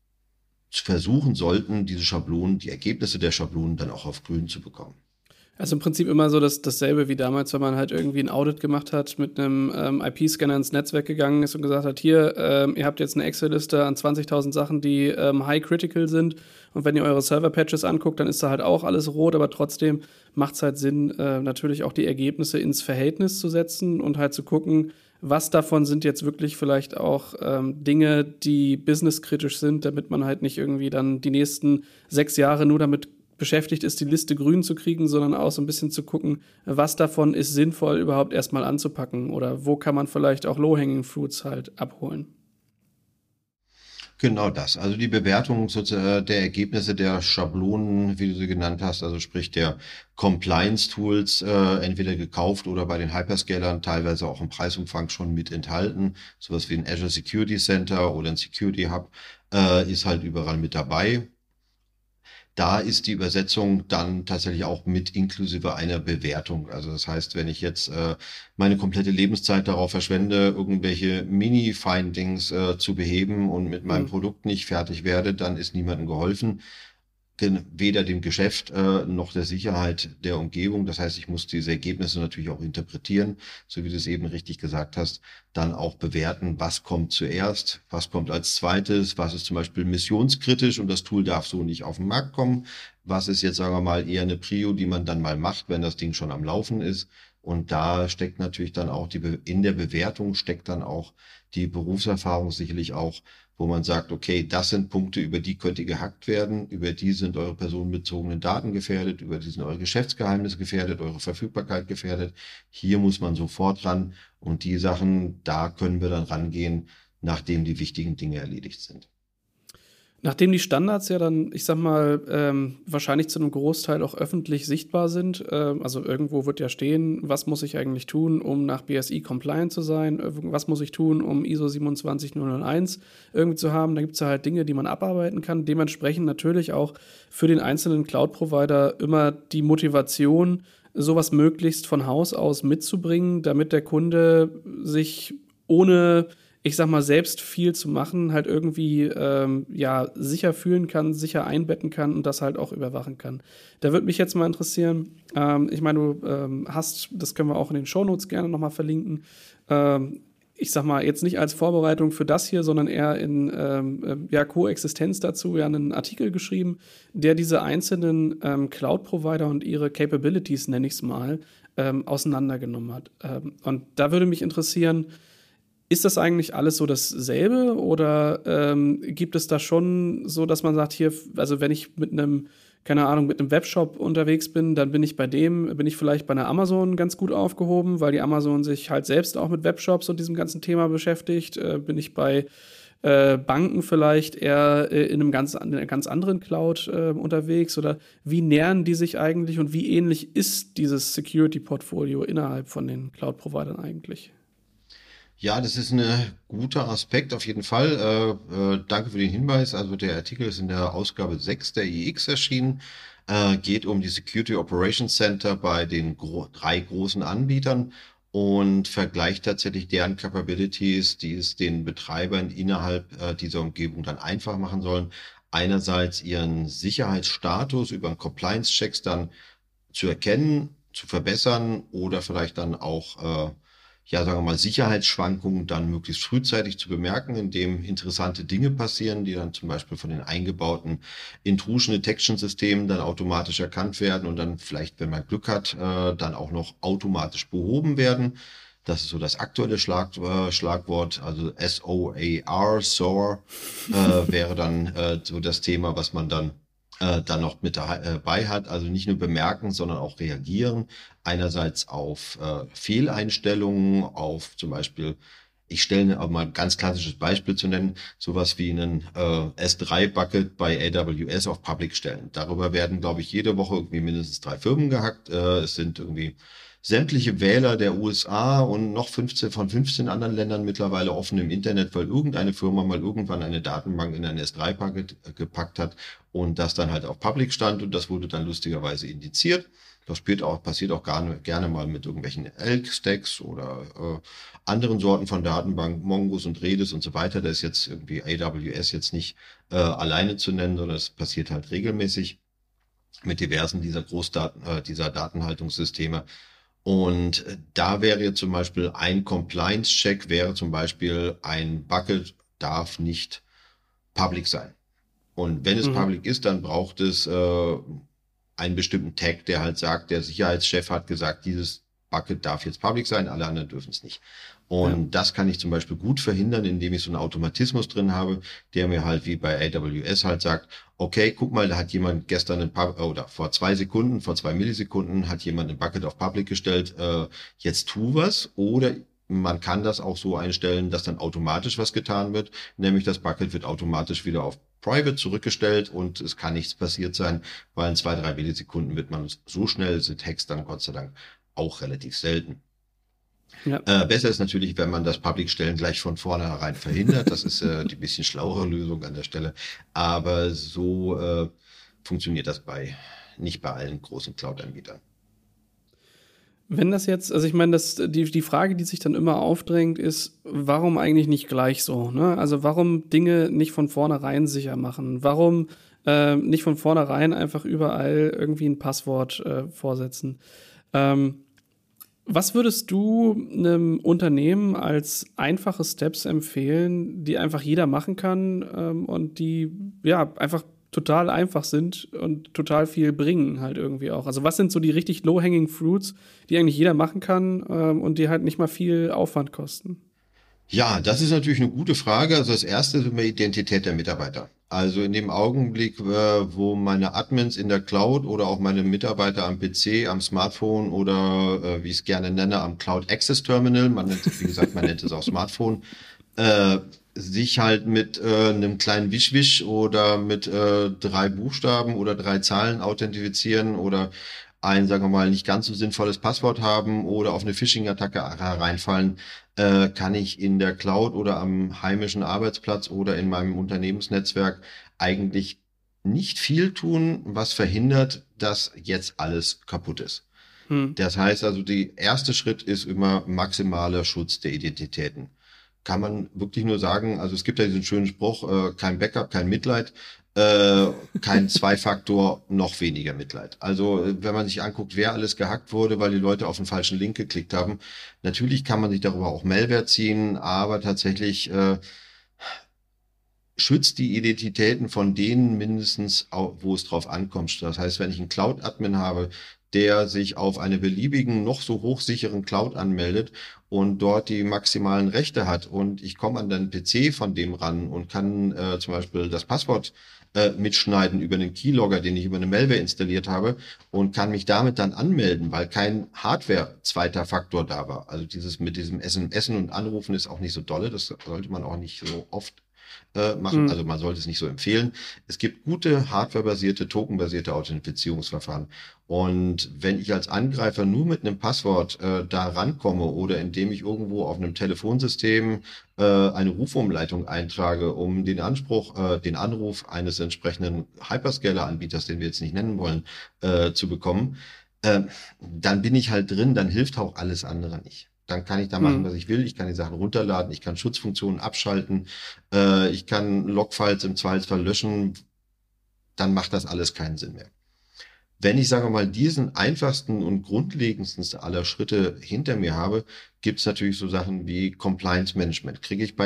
versuchen sollten, diese Schablonen, die Ergebnisse der Schablonen dann auch auf grün zu bekommen. Also im Prinzip immer so dasselbe wie damals, wenn man halt irgendwie ein Audit gemacht hat, mit einem IP-Scanner ins Netzwerk gegangen ist und gesagt hat, hier, ihr habt jetzt eine Excel-Liste an 20.000 Sachen, die high-critical sind und wenn ihr eure Server-Patches anguckt, dann ist da halt auch alles rot, aber trotzdem macht es halt Sinn, natürlich auch die Ergebnisse ins Verhältnis zu setzen und halt zu gucken, was davon sind jetzt wirklich vielleicht auch Dinge, die businesskritisch sind, damit man halt nicht irgendwie dann die nächsten 6 Jahre nur damit beschäftigt ist, die Liste grün zu kriegen, sondern auch so ein bisschen zu gucken, was davon ist sinnvoll überhaupt erstmal anzupacken oder wo kann man vielleicht auch Low-Hanging Fruits halt abholen. Genau das. Also die Bewertung der Ergebnisse der Schablonen, wie du sie genannt hast, also sprich der Compliance-Tools, entweder gekauft oder bei den Hyperscalern teilweise auch im Preisumfang schon mit enthalten. Sowas wie ein Azure Security Center oder ein Security Hub ist halt überall mit dabei. Da ist die Übersetzung dann tatsächlich auch mit inklusive einer Bewertung. Also das heißt, wenn ich jetzt meine komplette Lebenszeit darauf verschwende, irgendwelche Mini-Findings zu beheben und mit meinem Produkt nicht fertig werde, dann ist niemandem geholfen. weder dem Geschäft noch der Sicherheit der Umgebung. Das heißt, ich muss diese Ergebnisse natürlich auch interpretieren, so wie du es eben richtig gesagt hast, dann auch bewerten, was kommt zuerst, was kommt als zweites, was ist zum Beispiel missionskritisch und das Tool darf so nicht auf den Markt kommen, was ist jetzt, sagen wir mal, eher eine Prio, die man dann mal macht, wenn das Ding schon am Laufen ist. Und da steckt natürlich dann auch in der Bewertung steckt dann auch die Berufserfahrung sicherlich auch, wo man sagt, okay, das sind Punkte, über die könnt ihr gehackt werden, über die sind eure personenbezogenen Daten gefährdet, über die sind eure Geschäftsgeheimnisse gefährdet, eure Verfügbarkeit gefährdet. Hier muss man sofort ran und die Sachen, da können wir dann rangehen, nachdem die wichtigen Dinge erledigt sind. Nachdem die Standards ja dann, ich sag mal, wahrscheinlich zu einem Großteil auch öffentlich sichtbar sind, also irgendwo wird ja stehen, was muss ich eigentlich tun, um nach BSI compliant zu sein, was muss ich tun, um ISO 27001 irgendwie zu haben, da gibt es ja halt Dinge, die man abarbeiten kann, dementsprechend natürlich auch für den einzelnen Cloud-Provider immer die Motivation, sowas möglichst von Haus aus mitzubringen, damit der Kunde sich ohne, ich sag mal, selbst viel zu machen, halt irgendwie sicher fühlen kann, sicher einbetten kann und das halt auch überwachen kann. Da würde mich jetzt mal interessieren, ich meine, du hast, das können wir auch in den Shownotes gerne nochmal verlinken, ich sag mal, jetzt nicht als Vorbereitung für das hier, sondern eher in Koexistenz dazu einen Artikel geschrieben, der diese einzelnen Cloud-Provider und ihre Capabilities, nenne ich es mal, auseinandergenommen hat. Und da würde mich interessieren, ist das eigentlich alles so dasselbe oder gibt es da schon so, dass man sagt, hier, also wenn ich mit einem, keine Ahnung, mit einem Webshop unterwegs bin, dann bin ich vielleicht bei einer Amazon ganz gut aufgehoben, weil die Amazon sich halt selbst auch mit Webshops und diesem ganzen Thema beschäftigt. Bin ich bei Banken vielleicht eher in einer ganz anderen Cloud unterwegs oder wie nähern die sich eigentlich und wie ähnlich ist dieses Security-Portfolio innerhalb von den Cloud-Providern eigentlich? Ja, das ist ein guter Aspekt auf jeden Fall. Danke für den Hinweis. Also der Artikel ist in der Ausgabe 6 der EX erschienen. Geht um die Security Operations Center bei den drei großen Anbietern und vergleicht tatsächlich deren Capabilities, die es den Betreibern innerhalb dieser Umgebung dann einfach machen sollen. Einerseits ihren Sicherheitsstatus über einen Compliance-Checks dann zu erkennen, zu verbessern oder vielleicht dann auch sagen wir mal, Sicherheitsschwankungen dann möglichst frühzeitig zu bemerken, indem interessante Dinge passieren, die dann zum Beispiel von den eingebauten Intrusion Detection Systemen dann automatisch erkannt werden und dann vielleicht, wenn man Glück hat, dann auch noch automatisch behoben werden. Das ist so das aktuelle Schlagwort, also SOAR, wäre dann so das Thema, was man dann noch mit dabei hat. Also nicht nur bemerken, sondern auch reagieren. Einerseits auf Fehleinstellungen, auf zum Beispiel, ich stelle auch mal ein ganz klassisches Beispiel zu nennen, sowas wie einen S3-Bucket bei AWS auf Public stellen. Darüber werden, glaube ich, jede Woche irgendwie mindestens 3 Firmen gehackt. Es sind irgendwie sämtliche Wähler der USA und noch 15 von 15 anderen Ländern mittlerweile offen im Internet, weil irgendeine Firma mal irgendwann eine Datenbank in ein S3-Paket gepackt hat und das dann halt auf Public stand und das wurde dann lustigerweise indiziert. Das passiert auch gerne mal mit irgendwelchen Elk-Stacks oder anderen Sorten von Datenbanken, Mongoose und Redis und so weiter. Da ist jetzt irgendwie AWS jetzt nicht alleine zu nennen, sondern es passiert halt regelmäßig mit diversen dieser Datenhaltungssysteme. Und da wäre jetzt zum Beispiel ein Compliance-Check, wäre zum Beispiel ein Bucket darf nicht public sein. Und wenn es public ist, dann braucht es einen bestimmten Tag, der halt sagt, der Sicherheitschef hat gesagt, dieses Bucket darf jetzt public sein, alle anderen dürfen es nicht. Und das kann ich zum Beispiel gut verhindern, indem ich so einen Automatismus drin habe, der mir halt wie bei AWS halt sagt, okay, guck mal, da hat jemand gestern oder vor 2 Millisekunden hat jemand ein Bucket auf Public gestellt, jetzt tu was. Oder man kann das auch so einstellen, dass dann automatisch was getan wird, nämlich das Bucket wird automatisch wieder auf Private zurückgestellt und es kann nichts passiert sein, weil in 2, 3 Millisekunden wird man so schnell sind Hacks dann Gott sei Dank auch relativ selten. Ja. Besser ist natürlich, wenn man das Public-Stellen gleich von vornherein verhindert. Das ist die bisschen schlauere Lösung an der Stelle. Aber so funktioniert das nicht bei allen großen Cloud-Anbietern. Wenn das jetzt, also ich meine, die Frage, die sich dann immer aufdrängt, ist, warum eigentlich nicht gleich so, ne? Also warum Dinge nicht von vornherein sicher machen? Warum nicht von vornherein einfach überall irgendwie ein Passwort vorsetzen? Was würdest du einem Unternehmen als einfache Steps empfehlen, die einfach jeder machen kann und die ja einfach total einfach sind und total viel bringen halt irgendwie auch? Also was sind so die richtig low-hanging fruits, die eigentlich jeder machen kann und die halt nicht mal viel Aufwand kosten? Ja, das ist natürlich eine gute Frage. Also das erste ist immer Identität der Mitarbeiter. Also in dem Augenblick, wo meine Admins in der Cloud oder auch meine Mitarbeiter am PC, am Smartphone oder wie ich es gerne nenne, am Cloud Access Terminal, man nennt es, wie gesagt, man nennt es auch Smartphone, äh, sich halt mit einem kleinen Wischwisch oder mit 3 Buchstaben oder 3 Zahlen authentifizieren oder ein, sagen wir mal, nicht ganz so sinnvolles Passwort haben oder auf eine Phishing-Attacke reinfallen, kann ich in der Cloud oder am heimischen Arbeitsplatz oder in meinem Unternehmensnetzwerk eigentlich nicht viel tun, was verhindert, dass jetzt alles kaputt ist. Hm. Das heißt also, der erste Schritt ist immer maximaler Schutz der Identitäten. Kann man wirklich nur sagen, also es gibt ja diesen schönen Spruch, kein Backup, kein Mitleid, äh, kein Zwei-Faktor, noch weniger Mitleid. Also wenn man sich anguckt, wer alles gehackt wurde, weil die Leute auf den falschen Link geklickt haben, natürlich kann man sich darüber auch Malware ziehen, aber tatsächlich schützt die Identitäten von denen mindestens, wo es drauf ankommt. Das heißt, wenn ich einen Cloud-Admin habe, der sich auf eine beliebigen, noch so hochsicheren Cloud anmeldet und dort die maximalen Rechte hat und ich komme an den PC von dem ran und kann zum Beispiel das Passwort mitschneiden über einen Keylogger, den ich über eine Malware installiert habe und kann mich damit dann anmelden, weil kein Hardware-zweiter Faktor da war. Also dieses mit diesem SMS und Anrufen ist auch nicht so dolle, das sollte man auch nicht so oft machen. Hm. Also man sollte es nicht so empfehlen. Es gibt gute hardwarebasierte, tokenbasierte Authentifizierungsverfahren. Und wenn ich als Angreifer nur mit einem Passwort da rankomme oder indem ich irgendwo auf einem Telefonsystem eine Rufumleitung eintrage, um den den Anruf eines entsprechenden Hyperscaler-Anbieters, den wir jetzt nicht nennen wollen, zu bekommen, äh, dann bin ich halt drin, dann hilft auch alles andere nicht. Dann kann ich da machen, Hm. was ich will. Ich kann die Sachen runterladen, ich kann Schutzfunktionen abschalten, ich kann Logfiles im Zweifelsfall löschen. Dann macht das alles keinen Sinn mehr. Wenn ich, sagen wir mal, diesen einfachsten und grundlegendsten aller Schritte hinter mir habe, gibt es natürlich so Sachen wie Compliance Management. Kriege ich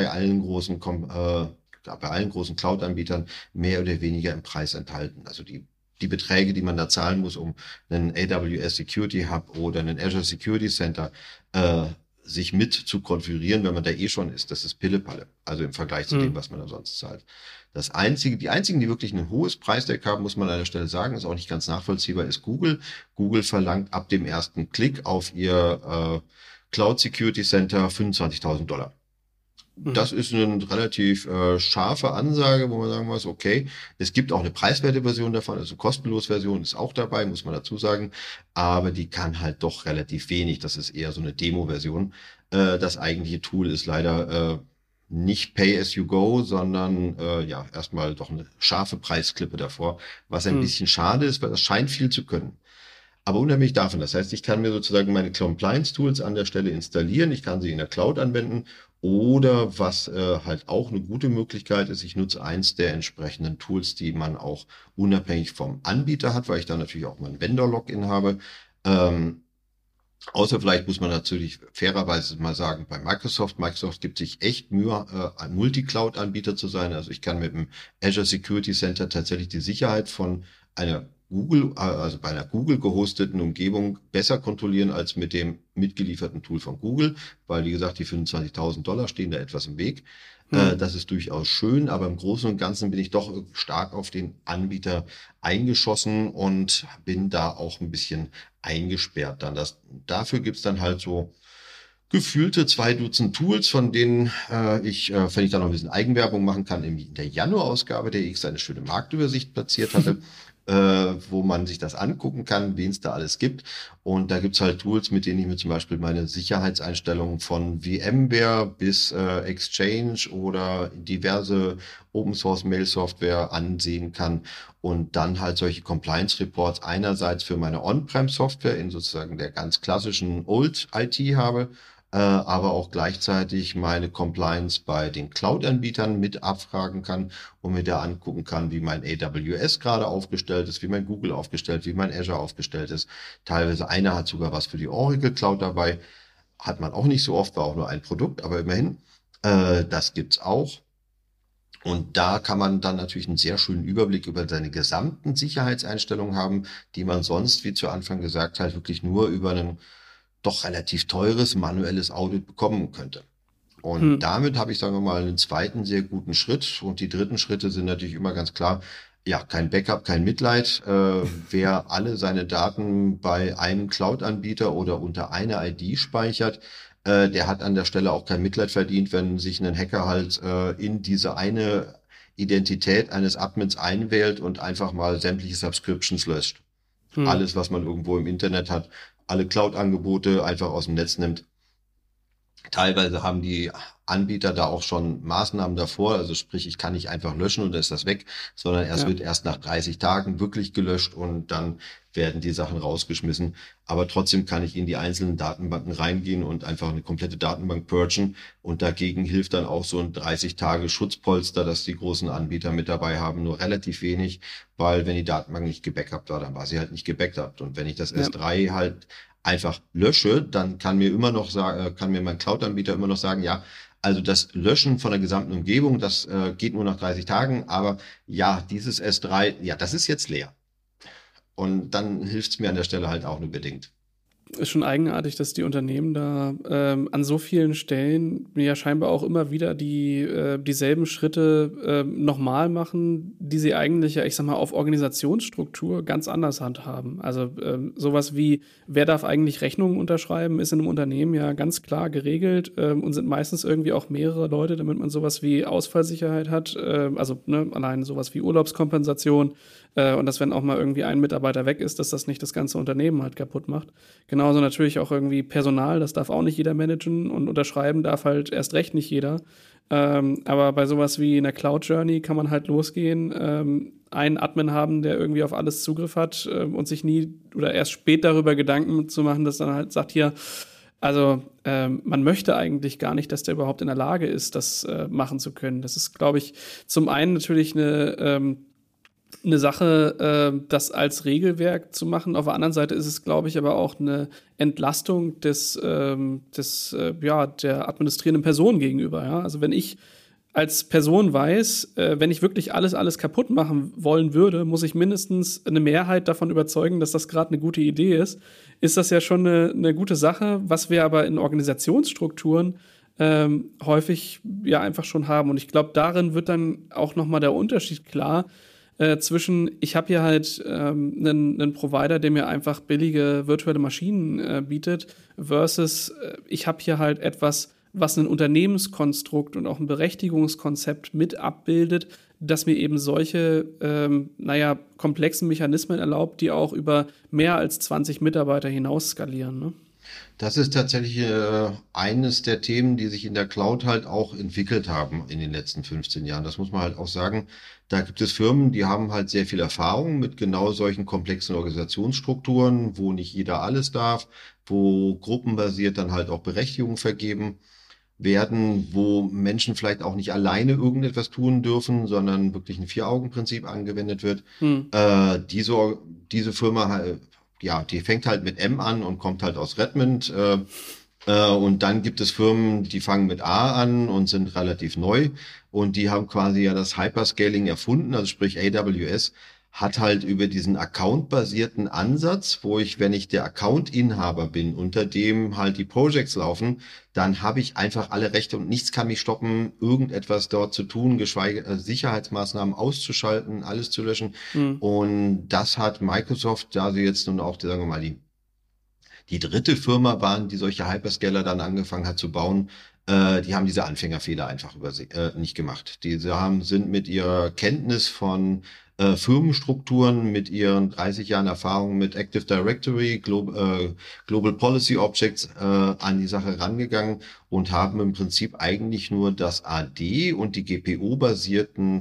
bei allen großen Cloud-Anbietern mehr oder weniger im Preis enthalten. Also die Beträge, die man da zahlen muss, um einen AWS Security Hub oder einen Azure Security Center sich mit zu konfigurieren, wenn man da eh schon ist, das ist Pillepalle. Also im Vergleich zu dem, was man da sonst zahlt. Die einzigen, die wirklich ein hohes Preisdeck haben, muss man an der Stelle sagen, ist auch nicht ganz nachvollziehbar, ist Google. Google verlangt ab dem ersten Klick auf ihr Cloud Security Center $25.000. Mhm. Das ist eine relativ scharfe Ansage, wo man sagen muss, okay, es gibt auch eine preiswerte Version davon, also kostenlos Version ist auch dabei, muss man dazu sagen, aber die kann halt doch relativ wenig. Das ist eher so eine Demo-Version. Das eigentliche Tool ist leider nicht Pay as you go, sondern ja erstmal doch eine scharfe Preisklippe davor, was ein Hm. bisschen schade ist, weil das scheint viel zu können. Aber unabhängig davon, das heißt, ich kann mir sozusagen meine Compliance-Tools an der Stelle installieren, ich kann sie in der Cloud anwenden oder was halt auch eine gute Möglichkeit ist, ich nutze eins der entsprechenden Tools, die man auch unabhängig vom Anbieter hat, weil ich da natürlich auch mein Vendor-Login habe. Ähm, Außer vielleicht muss man natürlich fairerweise mal sagen, bei Microsoft gibt sich echt Mühe, ein Multi-Cloud-Anbieter zu sein. Also ich kann mit dem Azure Security Center tatsächlich die Sicherheit von einer also bei einer Google gehosteten Umgebung besser kontrollieren als mit dem mitgelieferten Tool von Google, weil wie gesagt, die $25.000 stehen da etwas im Weg. Hm. Das ist durchaus schön, aber im Großen und Ganzen bin ich doch stark auf den Anbieter eingeschossen und bin da auch ein bisschen eingesperrt dann. Dafür gibt's dann halt so gefühlte 2 Dutzend Tools, von denen wenn ich da noch ein bisschen Eigenwerbung machen kann, in der Januar-Ausgabe der X eine schöne Marktübersicht platziert hatte. wo man sich das angucken kann, wen es da alles gibt. Und da gibt's halt Tools, mit denen ich mir zum Beispiel meine Sicherheitseinstellungen von VMware bis Exchange oder diverse Open-Source-Mail-Software ansehen kann und dann halt solche Compliance-Reports einerseits für meine On-Prem-Software in sozusagen der ganz klassischen Old-IT habe, aber auch gleichzeitig meine Compliance bei den Cloud-Anbietern mit abfragen kann und mir da angucken kann, wie mein AWS gerade aufgestellt ist, wie mein Google aufgestellt, wie mein Azure aufgestellt ist. Teilweise einer hat sogar was für die Oracle Cloud dabei. Hat man auch nicht so oft, war auch nur ein Produkt, aber immerhin, das gibt's auch. Und da kann man dann natürlich einen sehr schönen Überblick über seine gesamten Sicherheitseinstellungen haben, die man sonst, wie zu Anfang gesagt, halt wirklich nur über einen doch relativ teures manuelles Audit bekommen könnte. Und damit habe ich, sagen wir mal, einen zweiten sehr guten Schritt. Und die dritten Schritte sind natürlich immer ganz klar, ja, kein Backup, kein Mitleid. Wer alle seine Daten bei einem Cloud-Anbieter oder unter einer ID speichert, der hat an der Stelle auch kein Mitleid verdient, wenn sich ein Hacker halt in diese eine Identität eines Admins einwählt und einfach mal sämtliche Subscriptions löscht. Alles, was man irgendwo im Internet hat, alle Cloud-Angebote einfach aus dem Netz nimmt. Teilweise haben die Anbieter da auch schon Maßnahmen davor, also sprich, ich kann nicht einfach löschen und dann ist das weg, sondern wird erst nach 30 Tagen wirklich gelöscht und dann werden die Sachen rausgeschmissen. Aber trotzdem kann ich in die einzelnen Datenbanken reingehen und einfach eine komplette Datenbank purgen und dagegen hilft dann auch so ein 30-Tage-Schutzpolster, das die großen Anbieter mit dabei haben, nur relativ wenig, weil wenn die Datenbank nicht gebackupt war, dann war sie halt nicht gebackupt und wenn ich das S3 halt einfach lösche, dann kann mir immer noch sagen, kann mir mein Cloud-Anbieter immer noch sagen, ja, also das Löschen von der gesamten Umgebung, das geht nur nach 30 Tagen, aber ja, dieses S3, ja, das ist jetzt leer. Und dann hilft es mir an der Stelle halt auch nur bedingt. Ist schon eigenartig, dass die Unternehmen da an so vielen Stellen ja scheinbar auch immer wieder dieselben Schritte nochmal machen, die sie eigentlich ja, ich sag mal, auf Organisationsstruktur ganz anders handhaben. Also sowas wie, wer darf eigentlich Rechnungen unterschreiben, ist in einem Unternehmen ja ganz klar geregelt und sind meistens irgendwie auch mehrere Leute, damit man sowas wie Ausfallsicherheit hat, also allein sowas wie Urlaubskompensation und dass, wenn auch mal irgendwie ein Mitarbeiter weg ist, dass das nicht das ganze Unternehmen halt kaputt macht. Genauso natürlich auch irgendwie Personal, das darf auch nicht jeder managen und unterschreiben darf halt erst recht nicht jeder. Aber bei sowas wie einer Cloud Journey kann man halt losgehen, einen Admin haben, der irgendwie auf alles Zugriff hat und sich nie oder erst spät darüber Gedanken zu machen, dass dann halt sagt, hier, also man möchte eigentlich gar nicht, dass der überhaupt in der Lage ist, das machen zu können. Das ist, glaube ich, zum einen natürlich eine Sache, das als Regelwerk zu machen. Auf der anderen Seite ist es, glaube ich, aber auch eine Entlastung der administrierenden Person gegenüber. Ja? Also wenn ich als Person weiß, wenn ich wirklich alles kaputt machen wollen würde, muss ich mindestens eine Mehrheit davon überzeugen, dass das gerade eine gute Idee ist. Ist das ja schon eine gute Sache, was wir aber in Organisationsstrukturen häufig ja einfach schon haben. Und ich glaube, darin wird dann auch nochmal der Unterschied klar, zwischen, ich habe hier halt einen Provider, der mir einfach billige virtuelle Maschinen bietet, versus ich habe hier halt etwas, was ein Unternehmenskonstrukt und auch ein Berechtigungskonzept mit abbildet, das mir eben solche, komplexen Mechanismen erlaubt, die auch über mehr als 20 Mitarbeiter hinaus skalieren, ne? Das ist tatsächlich eines der Themen, die sich in der Cloud halt auch entwickelt haben in den letzten 15 Jahren. Das muss man halt auch sagen. Da gibt es Firmen, die haben halt sehr viel Erfahrung mit genau solchen komplexen Organisationsstrukturen, wo nicht jeder alles darf, wo gruppenbasiert dann halt auch Berechtigungen vergeben werden, wo Menschen vielleicht auch nicht alleine irgendetwas tun dürfen, sondern wirklich ein Vier-Augen-Prinzip angewendet wird. Diese Firma ja, die fängt halt mit M an und kommt halt aus Redmond. Und dann gibt es Firmen, die fangen mit A an und sind relativ neu. Und die haben quasi ja das Hyperscaling erfunden, also sprich AWS hat halt über diesen Account-basierten Ansatz, wo ich, wenn ich der Account-Inhaber bin, unter dem halt die Projects laufen, dann habe ich einfach alle Rechte und nichts kann mich stoppen, irgendetwas dort zu tun, geschweige Sicherheitsmaßnahmen auszuschalten, alles zu löschen. Und das hat Microsoft, da sie jetzt nun auch, sagen wir mal, die dritte Firma waren, die solche Hyperscaler dann angefangen hat zu bauen, die haben diese Anfängerfehler einfach nicht gemacht. Sind mit ihrer Kenntnis von Firmenstrukturen mit ihren 30 Jahren Erfahrung mit Active Directory, Global Policy Objects an die Sache rangegangen und haben im Prinzip eigentlich nur das AD und die GPO-basierte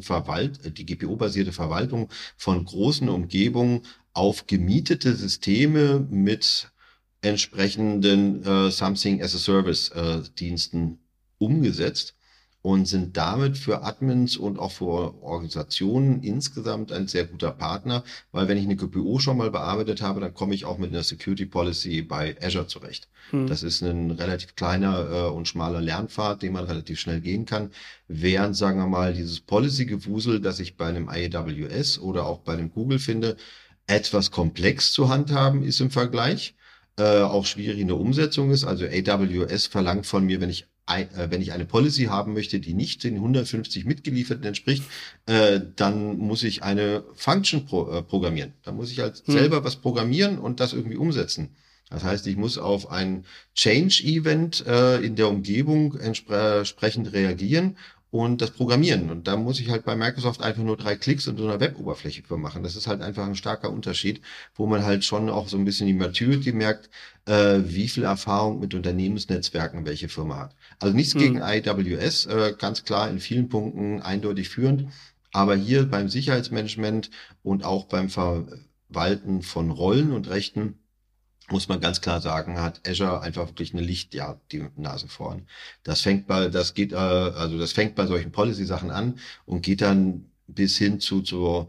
Verwaltung von großen Umgebungen auf gemietete Systeme mit entsprechenden Something as a Service Diensten umgesetzt und sind damit für Admins und auch für Organisationen insgesamt ein sehr guter Partner, weil wenn ich eine GPO schon mal bearbeitet habe, dann komme ich auch mit einer Security Policy bei Azure zurecht. Das ist ein relativ kleiner und schmaler Lernpfad, den man relativ schnell gehen kann, während, sagen wir mal, dieses Policy-Gewusel, das ich bei einem AWS oder auch bei einem Google finde, etwas komplex zu handhaben ist im Vergleich, auch schwierig in der Umsetzung ist. Also AWS verlangt von mir, wenn ich eine Policy haben möchte, die nicht den 150 mitgelieferten entspricht, dann muss ich eine Function programmieren. Da muss ich halt selber was programmieren und das irgendwie umsetzen. Das heißt, ich muss auf ein Change-Event in der Umgebung entsprechend reagieren und das programmieren. Und da muss ich halt bei Microsoft einfach nur 3 Klicks in so einer Web-Oberfläche für machen. Das ist halt einfach ein starker Unterschied, wo man halt schon auch so ein bisschen die Maturity merkt, wie viel Erfahrung mit Unternehmensnetzwerken welche Firma hat. Also nichts gegen AWS, ganz klar in vielen Punkten eindeutig führend. Aber hier beim Sicherheitsmanagement und auch beim Verwalten von Rollen und Rechten muss man ganz klar sagen, hat Azure einfach wirklich eine Lichtjahr die Nase vorn. Das fängt bei solchen Policy-Sachen an und geht dann bis hin zu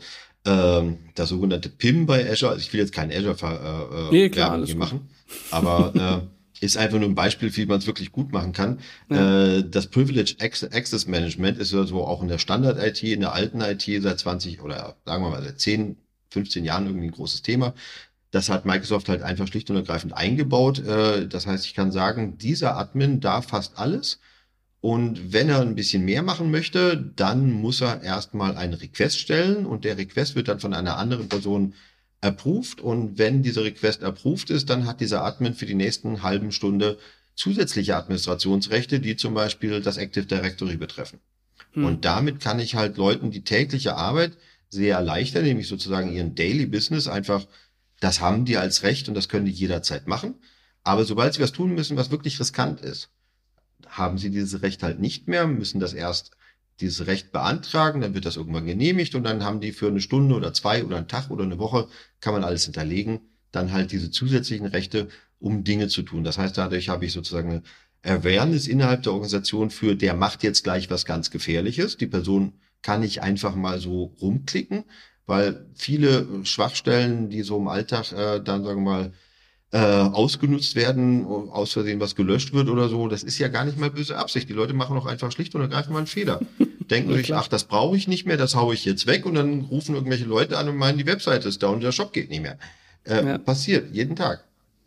das sogenannte PIM bei Azure. Also ich will jetzt kein Azure-Werbung hier machen, aber ist einfach nur ein Beispiel, wie man es wirklich gut machen kann. Ja. Das Privilege Access Management ist also auch in der Standard-IT, in der alten IT seit 20 oder sagen wir mal seit 10, 15 Jahren irgendwie ein großes Thema. Das hat Microsoft halt einfach schlicht und ergreifend eingebaut. Das heißt, ich kann sagen, dieser Admin darf fast alles. Und wenn er ein bisschen mehr machen möchte, dann muss er erstmal einen Request stellen und der Request wird dann von einer anderen Person approved. Und wenn dieser Request approved ist, dann hat dieser Admin für die nächsten halben Stunde zusätzliche Administrationsrechte, die zum Beispiel das Active Directory betreffen. Und damit kann ich halt Leuten die tägliche Arbeit sehr erleichtern, nämlich sozusagen ihren Daily Business einfach. Das haben die als Recht und das können die jederzeit machen. Aber sobald sie was tun müssen, was wirklich riskant ist, haben sie dieses Recht halt nicht mehr, müssen dieses Recht beantragen, dann wird das irgendwann genehmigt und dann haben die für eine Stunde oder 2 oder einen Tag oder eine Woche, kann man alles hinterlegen, dann halt diese zusätzlichen Rechte, um Dinge zu tun. Das heißt, dadurch habe ich sozusagen eine Awareness innerhalb der Organisation für, der macht jetzt gleich was ganz Gefährliches. Die Person kann nicht einfach mal so rumklicken, weil viele Schwachstellen, die so im Alltag dann, sagen wir mal, ausgenutzt werden, aus Versehen was gelöscht wird oder so, das ist ja gar nicht mal böse Absicht. Die Leute machen doch einfach schlicht und ergreifend mal einen Fehler. Denken sich, ach, das brauche ich nicht mehr, das haue ich jetzt weg und dann rufen irgendwelche Leute an und meinen, die Webseite ist da und der Shop geht nicht mehr. Passiert, jeden Tag.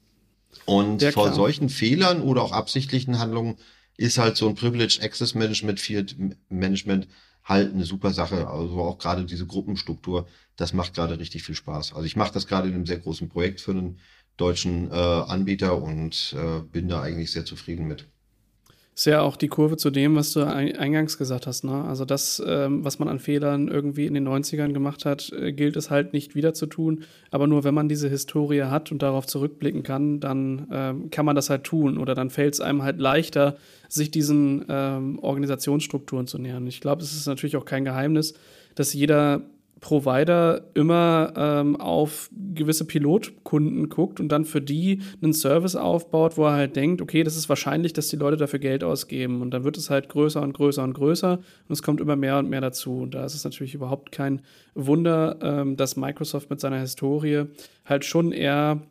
Und ja, vor solchen Fehlern oder auch absichtlichen Handlungen ist halt so ein Privileged Access Management halt eine super Sache. Also auch gerade diese Gruppenstruktur, das macht gerade richtig viel Spaß. Also ich mache das gerade in einem sehr großen Projekt für einen deutschen Anbieter und bin da eigentlich sehr zufrieden mit. Ist ja auch die Kurve zu dem, was du eingangs gesagt hast, ne? Also das, was man an Fehlern irgendwie in den 90ern gemacht hat, gilt es halt nicht wieder zu tun. Aber nur wenn man diese Historie hat und darauf zurückblicken kann, dann kann man das halt tun. Oder dann fällt es einem halt leichter, sich diesen Organisationsstrukturen zu nähern. Ich glaube, es ist natürlich auch kein Geheimnis, dass jeder Provider immer auf gewisse Pilotkunden guckt und dann für die einen Service aufbaut, wo er halt denkt, okay, das ist wahrscheinlich, dass die Leute dafür Geld ausgeben. Und dann wird es halt größer und größer und größer und es kommt immer mehr und mehr dazu. Und da ist es natürlich überhaupt kein Wunder, dass Microsoft mit seiner Historie halt schon eher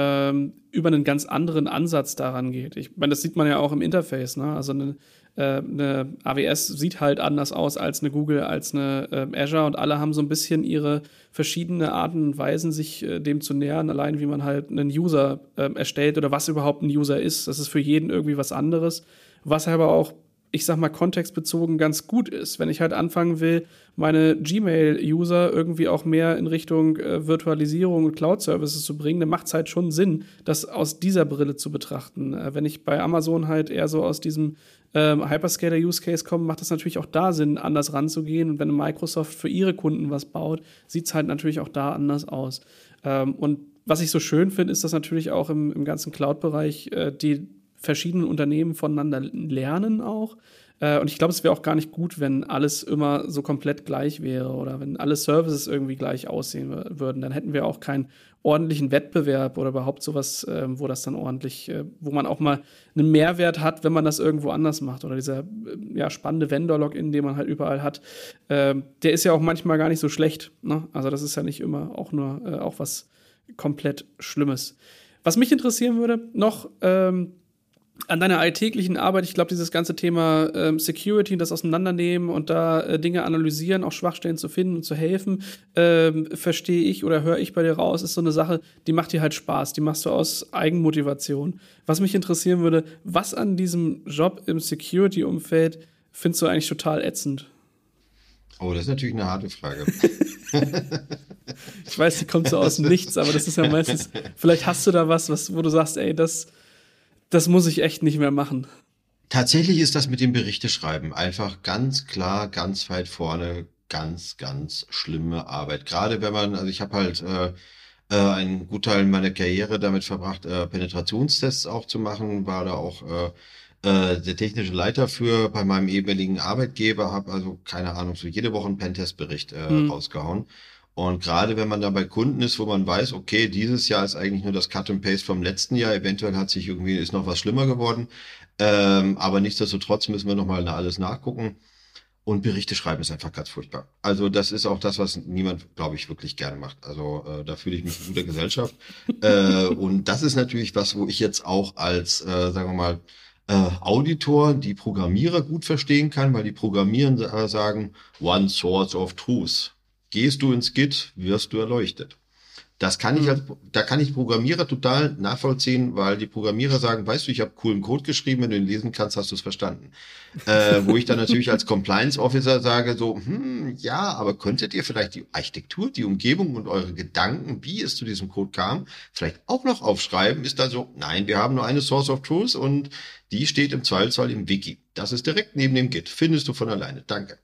über einen ganz anderen Ansatz daran geht. Ich meine, das sieht man ja auch im Interface, ne? Also eine AWS sieht halt anders aus als eine Google, als eine Azure und alle haben so ein bisschen ihre verschiedene Arten und Weisen, sich dem zu nähern, allein wie man halt einen User erstellt oder was überhaupt ein User ist. Das ist für jeden irgendwie was anderes, was aber auch, ich sag mal, kontextbezogen ganz gut ist. Wenn ich halt anfangen will, meine Gmail-User irgendwie auch mehr in Richtung Virtualisierung und Cloud-Services zu bringen, dann macht es halt schon Sinn, das aus dieser Brille zu betrachten. Wenn ich bei Amazon halt eher so aus diesem Hyperscaler-Use-Case kommt, macht es natürlich auch da Sinn, anders ranzugehen. Und wenn Microsoft für ihre Kunden was baut, sieht es halt natürlich auch da anders aus. Und was ich so schön finde, ist, dass natürlich auch im ganzen Cloud-Bereich die verschiedenen Unternehmen voneinander lernen auch. Und ich glaube, es wäre auch gar nicht gut, wenn alles immer so komplett gleich wäre oder wenn alle Services irgendwie gleich aussehen würden. Dann hätten wir auch keinen ordentlichen Wettbewerb oder überhaupt sowas, wo das dann ordentlich, wo man auch mal einen Mehrwert hat, wenn man das irgendwo anders macht. Oder dieser spannende Vendor-Login, den man halt überall hat, der ist ja auch manchmal gar nicht so schlecht. Ne? Also das ist ja nicht immer auch nur auch was komplett Schlimmes. Was mich interessieren würde, noch an deiner alltäglichen Arbeit, ich glaube, dieses ganze Thema Security, das Auseinandernehmen und da Dinge analysieren, auch Schwachstellen zu finden und zu helfen, verstehe ich oder höre ich bei dir raus, ist so eine Sache, die macht dir halt Spaß, die machst du aus Eigenmotivation. Was mich interessieren würde, was an diesem Job im Security-Umfeld findest du eigentlich total ätzend? Oh, das ist natürlich eine harte Frage. Ich weiß, die kommt so aus dem Nichts, aber das ist ja meistens, vielleicht hast du da was, wo du sagst, ey, das muss ich echt nicht mehr machen. Tatsächlich ist das mit dem Berichteschreiben einfach ganz klar, ganz weit vorne, ganz, ganz schlimme Arbeit. Gerade wenn man, also ich habe halt einen Gutteil meiner Karriere damit verbracht, Penetrationstests auch zu machen, war da auch der technische Leiter für bei meinem ehemaligen Arbeitgeber, habe also keine Ahnung, so jede Woche einen Pentest-Bericht rausgehauen. Und gerade wenn man da bei Kunden ist, wo man weiß, okay, dieses Jahr ist eigentlich nur das Cut and Paste vom letzten Jahr, eventuell ist noch was schlimmer geworden, aber nichtsdestotrotz müssen wir nochmal alles nachgucken. Und Berichte schreiben ist einfach ganz furchtbar. Also das ist auch das, was niemand, glaube ich, wirklich gerne macht. Also da fühle ich mich in guter Gesellschaft. Und das ist natürlich was, wo ich jetzt auch als, sagen wir mal, Auditor die Programmierer gut verstehen kann, weil die Programmierer sagen, one source of truth. Gehst du ins Git, wirst du erleuchtet. Da kann ich Programmierer total nachvollziehen, weil die Programmierer sagen, weißt du, ich habe coolen Code geschrieben, wenn du ihn lesen kannst, hast du es verstanden. Wo ich dann natürlich als Compliance Officer sage so, ja, aber könntet ihr vielleicht die Architektur, die Umgebung und eure Gedanken, wie es zu diesem Code kam, vielleicht auch noch aufschreiben? Ist dann so, nein, wir haben nur eine Source of Truth und die steht im Zweifelsfall im Wiki. Das ist direkt neben dem Git. Findest du von alleine. Danke.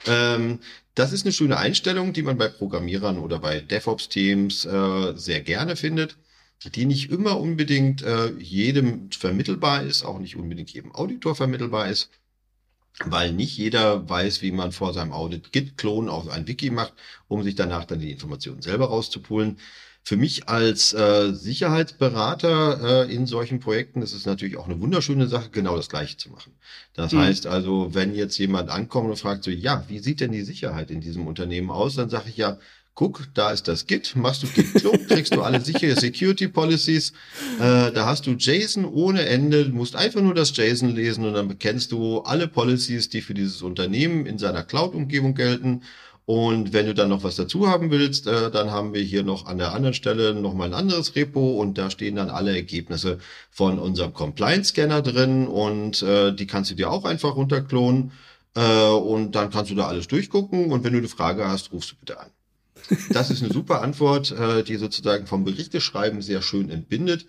Das ist eine schöne Einstellung, die man bei Programmierern oder bei DevOps-Teams sehr gerne findet, die nicht immer unbedingt jedem vermittelbar ist, auch nicht unbedingt jedem Auditor vermittelbar ist, weil nicht jeder weiß, wie man vor seinem Audit Git-Klon auf ein Wiki macht, um sich danach dann die Informationen selber rauszupulen. Für mich als Sicherheitsberater in solchen Projekten ist es natürlich auch eine wunderschöne Sache, genau das Gleiche zu machen. Das heißt also, wenn jetzt jemand ankommt und fragt so, ja, wie sieht denn die Sicherheit in diesem Unternehmen aus? Dann sage ich ja, guck, da ist das Git, machst du Git-Clone, kriegst du alle sichere Security Policies, da hast du JSON ohne Ende, du musst einfach nur das JSON lesen und dann bekennst du alle Policies, die für dieses Unternehmen in seiner Cloud-Umgebung gelten. Und wenn du dann noch was dazu haben willst, dann haben wir hier noch an der anderen Stelle noch mal ein anderes Repo und da stehen dann alle Ergebnisse von unserem Compliance-Scanner drin und die kannst du dir auch einfach runterklonen und dann kannst du da alles durchgucken und wenn du eine Frage hast, rufst du bitte an. Das ist eine super Antwort, die sozusagen vom Berichteschreiben sehr schön entbindet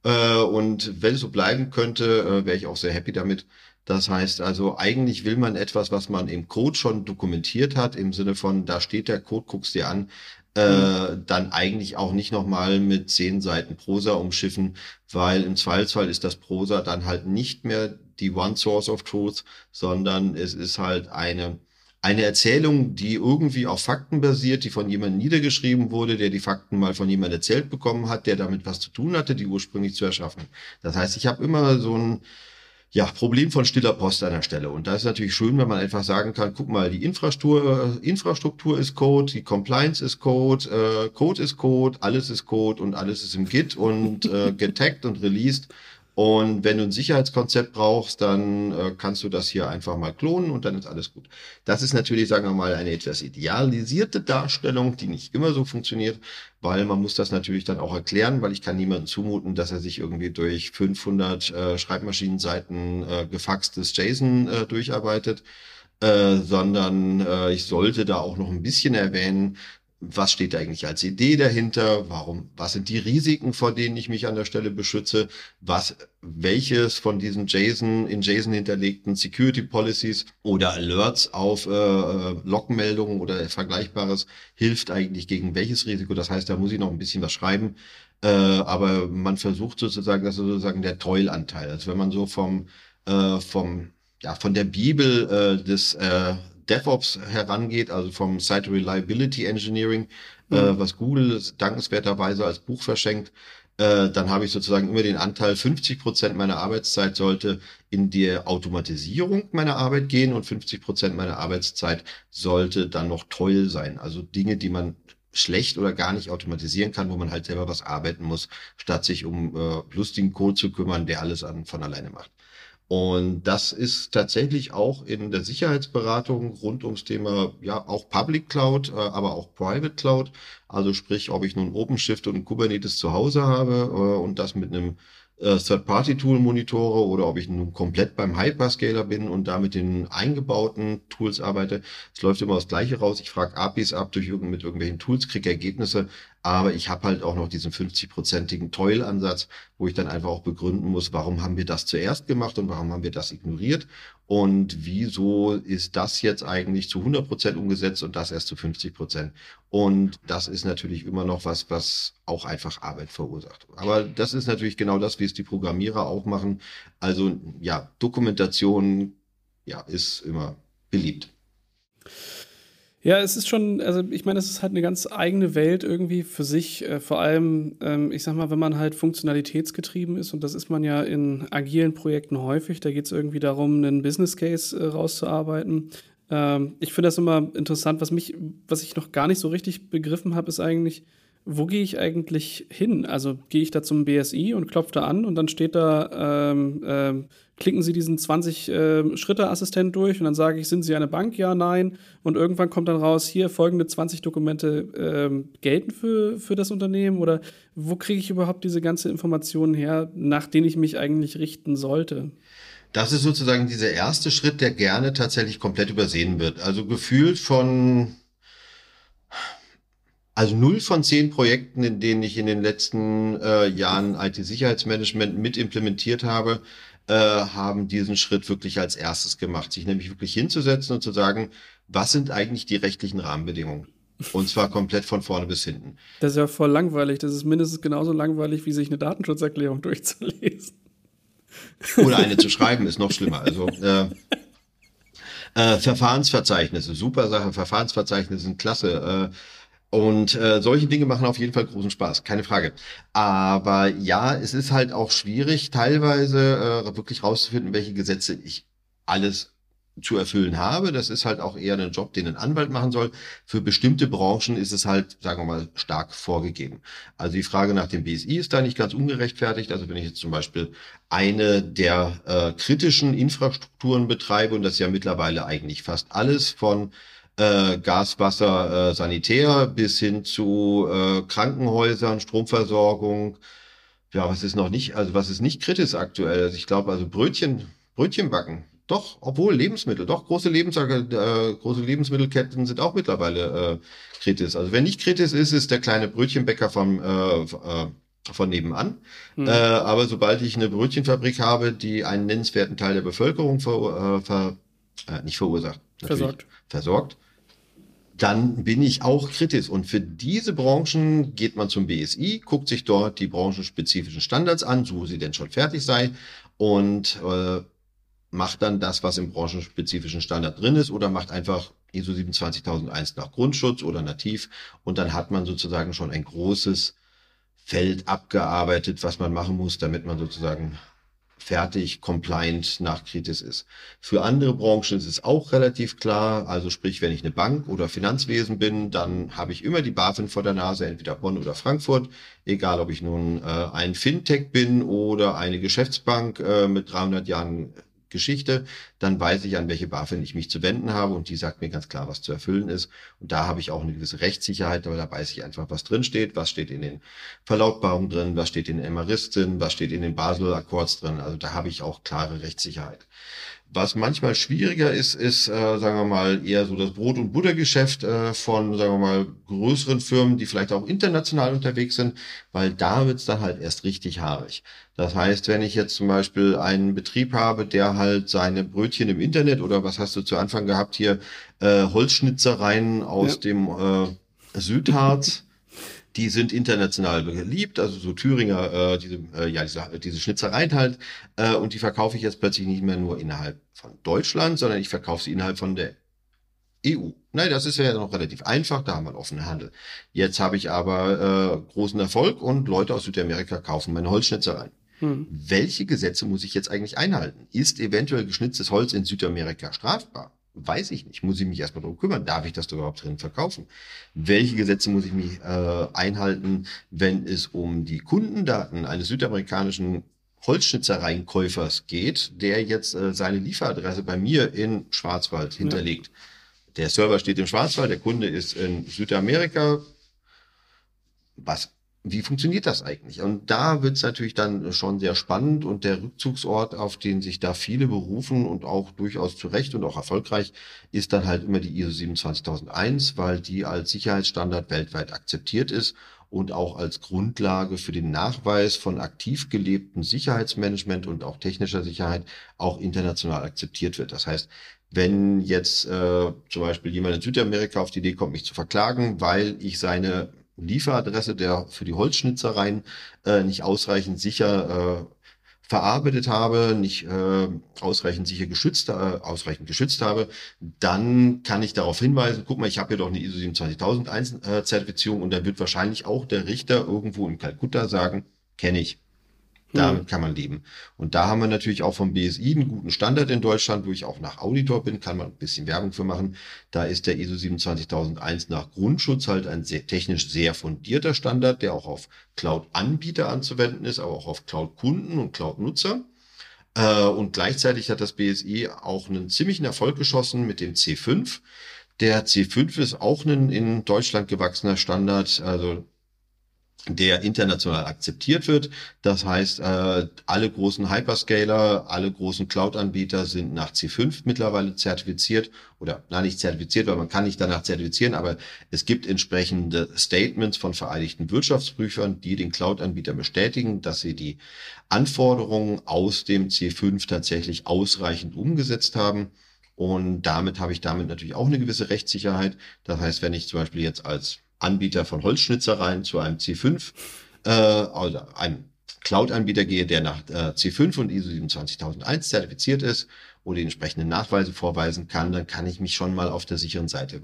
und wenn es so bleiben könnte, wäre ich auch sehr happy damit. Das heißt also, eigentlich will man etwas, was man im Code schon dokumentiert hat, im Sinne von, da steht der Code, guckst dir an, dann eigentlich auch nicht nochmal mit 10 Seiten Prosa umschiffen, weil im Zweifelsfall ist das Prosa dann halt nicht mehr die One Source of Truth, sondern es ist halt eine Erzählung, die irgendwie auf Fakten basiert, die von jemandem niedergeschrieben wurde, der die Fakten mal von jemandem erzählt bekommen hat, der damit was zu tun hatte, die ursprünglich zu erschaffen. Das heißt, ich habe immer so ein Problem von stiller Post an der Stelle. Und da ist natürlich schön, wenn man einfach sagen kann, guck mal, die Infrastruktur ist Code, die Compliance ist Code, Code ist Code, alles ist Code und alles ist im Git und getaggt und released. Und wenn du ein Sicherheitskonzept brauchst, dann kannst du das hier einfach mal klonen und dann ist alles gut. Das ist natürlich, sagen wir mal, eine etwas idealisierte Darstellung, die nicht immer so funktioniert, weil man muss das natürlich dann auch erklären, weil ich kann niemandem zumuten, dass er sich irgendwie durch 500 Schreibmaschinenseiten gefaxtes JSON durcharbeitet, sondern ich sollte da auch noch ein bisschen erwähnen, was steht da eigentlich als Idee dahinter? Was sind die Risiken, vor denen ich mich an der Stelle beschütze? Welches von diesen in JSON hinterlegten Security Policies oder Alerts auf Logmeldungen oder Vergleichbares hilft eigentlich gegen welches Risiko? Das heißt, da muss ich noch ein bisschen was schreiben. Aber man versucht sozusagen, das ist sozusagen der Toil-Anteil. Also wenn man so von der Bibel des DevOps herangeht, also vom Site Reliability Engineering, was Google dankenswerterweise als Buch verschenkt, dann habe ich sozusagen immer den Anteil, 50% meiner Arbeitszeit sollte in die Automatisierung meiner Arbeit gehen und 50% meiner Arbeitszeit sollte dann noch Toil sein. Also Dinge, die man schlecht oder gar nicht automatisieren kann, wo man halt selber was arbeiten muss, statt sich um lustigen Code zu kümmern, der alles von alleine macht. Und das ist tatsächlich auch in der Sicherheitsberatung rund ums Thema, ja, auch Public Cloud, aber auch Private Cloud. Also sprich, ob ich nun OpenShift und Kubernetes zu Hause habe und das mit einem Third-Party-Tool monitore oder ob ich nun komplett beim Hyperscaler bin und da mit den eingebauten Tools arbeite. Es läuft immer das Gleiche raus. Ich frage APIs ab mit irgendwelchen Tools, kriege Ergebnisse, aber ich habe halt auch noch diesen 50-prozentigen Toil-Ansatz, wo ich dann einfach auch begründen muss, warum haben wir das zuerst gemacht und warum haben wir das ignoriert und wieso ist das jetzt eigentlich zu 100% umgesetzt und das erst zu 50%. Und das ist natürlich immer noch was auch einfach Arbeit verursacht. Aber das ist natürlich genau das, wie es die Programmierer auch machen. Also ja, Dokumentation, ja, ist immer beliebt. Ja, es ist schon, also ich meine, es ist halt eine ganz eigene Welt irgendwie für sich. Vor allem, ich sag mal, wenn man halt funktionalitätsgetrieben ist, und das ist man ja in agilen Projekten häufig, da geht es irgendwie darum, einen Business Case rauszuarbeiten. Ich finde das immer interessant, was ich noch gar nicht so richtig begriffen habe, ist eigentlich, wo gehe ich eigentlich hin? Also gehe ich da zum BSI und klopfe da an und dann steht da, klicken Sie diesen 20-Schritte-Assistent durch und dann sage ich, sind Sie eine Bank? Ja, nein. Und irgendwann kommt dann raus, hier folgende 20 Dokumente gelten für das Unternehmen, oder wo kriege ich überhaupt diese ganze Informationen her, nach denen ich mich eigentlich richten sollte? Das ist sozusagen dieser erste Schritt, der gerne tatsächlich komplett übersehen wird. Also gefühlt also 0 von 10 Projekten, in denen ich in den letzten Jahren IT-Sicherheitsmanagement mit implementiert habe, haben diesen Schritt wirklich als erstes gemacht, sich nämlich wirklich hinzusetzen und zu sagen, was sind eigentlich die rechtlichen Rahmenbedingungen? Und zwar komplett von vorne bis hinten. Das ist ja voll langweilig. Das ist mindestens genauso langweilig, wie sich eine Datenschutzerklärung durchzulesen. Oder eine zu schreiben, ist noch schlimmer. Also Verfahrensverzeichnisse, super Sache. Verfahrensverzeichnisse sind klasse. Und solche Dinge machen auf jeden Fall großen Spaß, keine Frage. Aber ja, es ist halt auch schwierig, teilweise wirklich rauszufinden, welche Gesetze ich alles zu erfüllen habe. Das ist halt auch eher ein Job, den ein Anwalt machen soll. Für bestimmte Branchen ist es halt, sagen wir mal, stark vorgegeben. Also die Frage nach dem BSI ist da nicht ganz ungerechtfertigt. Also wenn ich jetzt zum Beispiel eine der kritischen Infrastrukturen betreibe, und das ist ja mittlerweile eigentlich fast alles von Gas, Wasser, Sanitär bis hin zu Krankenhäusern, Stromversorgung. Ja, was ist noch nicht, also was ist nicht kritisch aktuell? Also ich glaube, also Brötchen backen. Doch, obwohl Lebensmittel, doch große Lebensmittelketten sind auch mittlerweile kritisch. Also wenn nicht kritisch ist, ist der kleine Brötchenbäcker von nebenan. Aber sobald ich eine Brötchenfabrik habe, die einen nennenswerten Teil der Bevölkerung nicht verursacht, versorgt, dann bin ich auch kritisch. Und für diese Branchen geht man zum BSI, guckt sich dort die branchenspezifischen Standards an, so sie denn schon fertig sei, und macht dann das, was im branchenspezifischen Standard drin ist, oder macht einfach ISO 27001 nach Grundschutz oder nativ, und dann hat man sozusagen schon ein großes Feld abgearbeitet, was man machen muss, damit man sozusagen fertig, compliant nach Kritis ist. Für andere Branchen ist es auch relativ klar, also sprich, wenn ich eine Bank oder Finanzwesen bin, dann habe ich immer die BaFin vor der Nase, entweder Bonn oder Frankfurt, egal ob ich nun ein Fintech bin oder eine Geschäftsbank mit 300 Jahren Geschichte, dann weiß ich, an welche BaFin ich mich zu wenden habe, und die sagt mir ganz klar, was zu erfüllen ist. Und da habe ich auch eine gewisse Rechtssicherheit, weil da weiß ich einfach, was drin steht, was steht in den Verlautbarungen drin, was steht in den MRIS drin, was steht in den Basel Accords drin. Also da habe ich auch klare Rechtssicherheit. Was manchmal schwieriger ist, sagen wir mal, eher so das Brot- und Buttergeschäft von, sagen wir mal, größeren Firmen, die vielleicht auch international unterwegs sind, weil da wird's dann halt erst richtig haarig. Das heißt, wenn ich jetzt zum Beispiel einen Betrieb habe, der halt seine Brötchen im Internet oder was hast du zu Anfang gehabt hier, Holzschnitzereien Ja. aus dem Südharz, die sind international beliebt, also so Thüringer, diese Schnitzereien halt, und die verkaufe ich jetzt plötzlich nicht mehr nur innerhalb von Deutschland, sondern ich verkaufe sie innerhalb von der EU. Nein, das ist ja noch relativ einfach, da haben wir einen offenen Handel. Jetzt habe ich aber großen Erfolg und Leute aus Südamerika kaufen meine Holzschnitzereien. Hm. Welche Gesetze muss ich jetzt eigentlich einhalten? Ist eventuell geschnitztes Holz in Südamerika strafbar? Weiß ich nicht. Muss ich mich erstmal darum kümmern? Darf ich das da überhaupt drin verkaufen? Welche Gesetze muss ich mich einhalten, wenn es um die Kundendaten eines südamerikanischen Holzschnitzereienkäufers geht, der jetzt seine Lieferadresse bei mir in Schwarzwald Ja. hinterlegt? Der Server steht im Schwarzwald, der Kunde ist in Südamerika. Wie funktioniert das eigentlich? Und da wird es natürlich dann schon sehr spannend und der Rückzugsort, auf den sich da viele berufen und auch durchaus zu Recht und auch erfolgreich, ist dann halt immer die ISO 27001, weil die als Sicherheitsstandard weltweit akzeptiert ist und auch als Grundlage für den Nachweis von aktiv gelebtem Sicherheitsmanagement und auch technischer Sicherheit auch international akzeptiert wird. Das heißt, wenn jetzt zum Beispiel jemand in Südamerika auf die Idee kommt, mich zu verklagen, weil ich seine Lieferadresse der für die Holzschnitzereien nicht ausreichend sicher verarbeitet habe, nicht ausreichend geschützt habe, dann kann ich darauf hinweisen, guck mal, ich habe hier doch eine ISO 27001 Zertifizierung und dann wird wahrscheinlich auch der Richter irgendwo in Kalkutta sagen, kenne ich. Damit kann man leben. Und da haben wir natürlich auch vom BSI einen guten Standard in Deutschland, wo ich auch nach Auditor bin, kann man ein bisschen Werbung für machen. Da ist der ISO 27001 nach Grundschutz halt ein technisch sehr fundierter Standard, der auch auf Cloud-Anbieter anzuwenden ist, aber auch auf Cloud-Kunden und Cloud-Nutzer. Und gleichzeitig hat das BSI auch einen ziemlichen Erfolg geschossen mit dem C5. Der C5 ist auch ein in Deutschland gewachsener Standard, also der international akzeptiert wird. Das heißt, alle großen Hyperscaler, alle großen Cloud-Anbieter sind nach C5 mittlerweile zertifiziert oder nicht zertifiziert, weil man kann nicht danach zertifizieren, aber es gibt entsprechende Statements von vereinigten Wirtschaftsprüfern, die den Cloud-Anbieter bestätigen, dass sie die Anforderungen aus dem C5 tatsächlich ausreichend umgesetzt haben. Und damit habe ich natürlich auch eine gewisse Rechtssicherheit. Das heißt, wenn ich zum Beispiel jetzt als Anbieter von Holzschnitzereien zu einem C5, also einem Cloud-Anbieter gehe, der nach C5 und ISO 27001 zertifiziert ist oder die entsprechenden Nachweise vorweisen kann, dann kann ich mich schon mal auf der sicheren Seite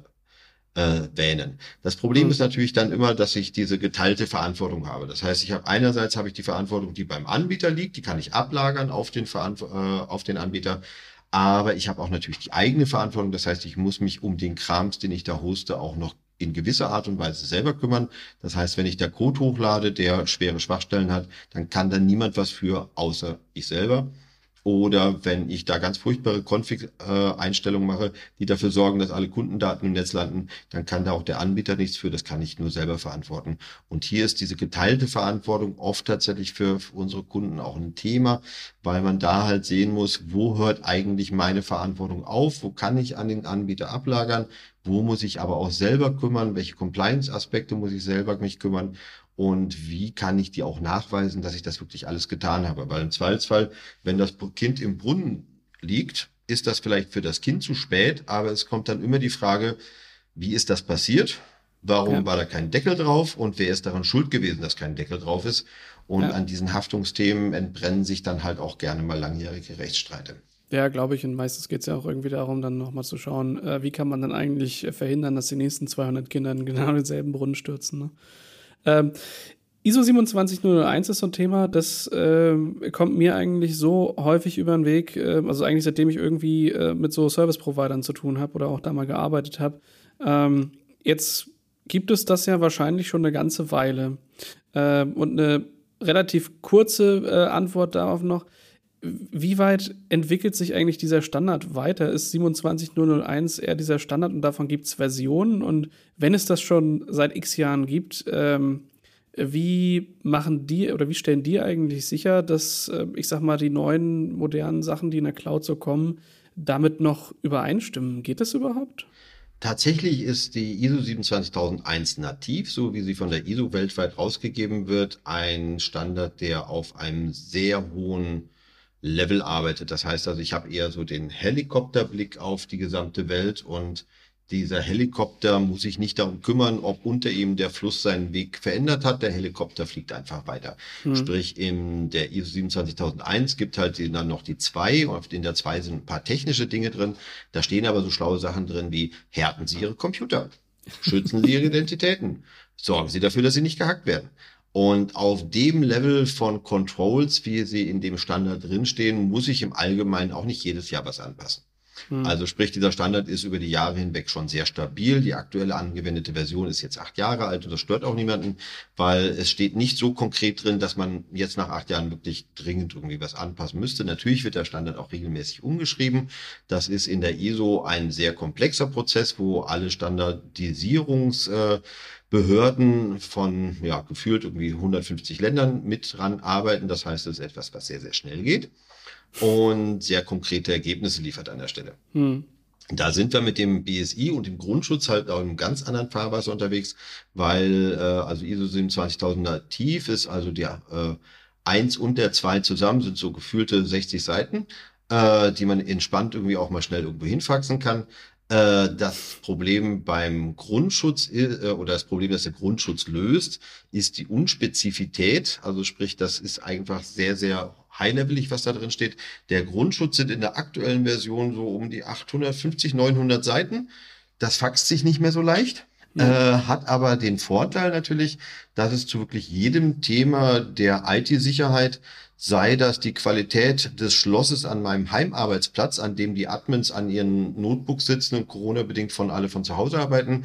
wähnen. Das Problem ist natürlich dann immer, dass ich diese geteilte Verantwortung habe. Das heißt, einerseits habe ich die Verantwortung, die beim Anbieter liegt, die kann ich ablagern auf den Anbieter. Aber ich habe auch natürlich die eigene Verantwortung. Das heißt, ich muss mich um den Krams, den ich da hoste, auch noch in gewisser Art und Weise selber kümmern. Das heißt, wenn ich da Code hochlade, der schwere Schwachstellen hat, dann kann da niemand was für, außer ich selber. Oder wenn ich da ganz furchtbare Config-Einstellungen mache, die dafür sorgen, dass alle Kundendaten im Netz landen, dann kann da auch der Anbieter nichts für, das kann ich nur selber verantworten. Und hier ist diese geteilte Verantwortung oft tatsächlich für unsere Kunden auch ein Thema, weil man da halt sehen muss, wo hört eigentlich meine Verantwortung auf, wo kann ich an den Anbieter ablagern, wo muss ich aber auch selber kümmern, welche Compliance-Aspekte muss ich selber mich kümmern und wie kann ich die auch nachweisen, dass ich das wirklich alles getan habe. Weil im Zweifelsfall, wenn das Kind im Brunnen liegt, ist das vielleicht für das Kind zu spät, aber es kommt dann immer die Frage, wie ist das passiert? Warum war da kein Deckel drauf? Und wer ist daran schuld gewesen, dass kein Deckel drauf ist? Und an diesen Haftungsthemen entbrennen sich dann halt auch gerne mal langjährige Rechtsstreite. Ja, glaube ich. Und meistens geht es ja auch irgendwie darum, dann nochmal zu schauen, wie kann man dann eigentlich verhindern, dass die nächsten 200 Kinder in genau denselben Brunnen stürzen. Ne? ISO 27001 ist so ein Thema, das kommt mir eigentlich so häufig über den Weg, also eigentlich seitdem ich irgendwie mit so Service-Providern zu tun habe oder auch da mal gearbeitet habe. Jetzt gibt es das ja wahrscheinlich schon eine ganze Weile. Und eine relativ kurze Antwort darauf noch. Wie weit entwickelt sich eigentlich dieser Standard weiter? Ist 27001 eher dieser Standard und davon gibt es Versionen? Und wenn es das schon seit x Jahren gibt, Wie machen die oder wie stellen die eigentlich sicher, dass, ich sag mal, die neuen modernen Sachen, die in der Cloud so kommen, damit noch übereinstimmen? Geht das überhaupt? Tatsächlich ist die ISO 27001 nativ, so wie sie von der ISO weltweit rausgegeben wird, ein Standard, der auf einem sehr hohen Level arbeitet. Das heißt also, ich habe eher so den Helikopterblick auf die gesamte Welt und dieser Helikopter muss sich nicht darum kümmern, ob unter ihm der Fluss seinen Weg verändert hat. Der Helikopter fliegt einfach weiter. Sprich, in der ISO 27001 gibt halt dann noch die 2 und in der 2 sind ein paar technische Dinge drin. Da stehen aber so schlaue Sachen drin wie: Härten Sie Ihre Computer, schützen Sie Ihre Identitäten, sorgen Sie dafür, dass sie nicht gehackt werden. Und auf dem Level von Controls, wie sie in dem Standard drinstehen, muss ich im Allgemeinen auch nicht jedes Jahr was anpassen. Also sprich, dieser Standard ist über die Jahre hinweg schon sehr stabil. Die aktuelle angewendete Version ist jetzt 8 Jahre alt und das stört auch niemanden, weil es steht nicht so konkret drin, dass man jetzt nach 8 Jahren wirklich dringend irgendwie was anpassen müsste. Natürlich wird der Standard auch regelmäßig umgeschrieben. Das ist in der ISO ein sehr komplexer Prozess, wo alle Standardisierungsbehörden von gefühlt irgendwie 150 Ländern mit dran arbeiten. Das heißt, es ist etwas, was sehr, sehr schnell geht und sehr konkrete Ergebnisse liefert an der Stelle. Da sind wir mit dem BSI und dem Grundschutz halt auch in einem ganz anderen Fahrwasser unterwegs, weil also ISO 27000 nativ ist, also der 1 und der 2 zusammen sind so gefühlte 60 Seiten, die man entspannt irgendwie auch mal schnell irgendwo hinfaxen kann. Das Problem beim Grundschutz oder das Problem, das der Grundschutz löst, ist die Unspezifität. Also sprich, das ist einfach sehr, sehr high-levelig, was da drin steht. Der Grundschutz sind in der aktuellen Version so um die 850, 900 Seiten. Das faxt sich nicht mehr so leicht. Hat aber den Vorteil natürlich, dass es zu wirklich jedem Thema der IT-Sicherheit, sei das die Qualität des Schlosses an meinem Heimarbeitsplatz, an dem die Admins an ihren Notebooks sitzen und Corona-bedingt alle von zu Hause arbeiten,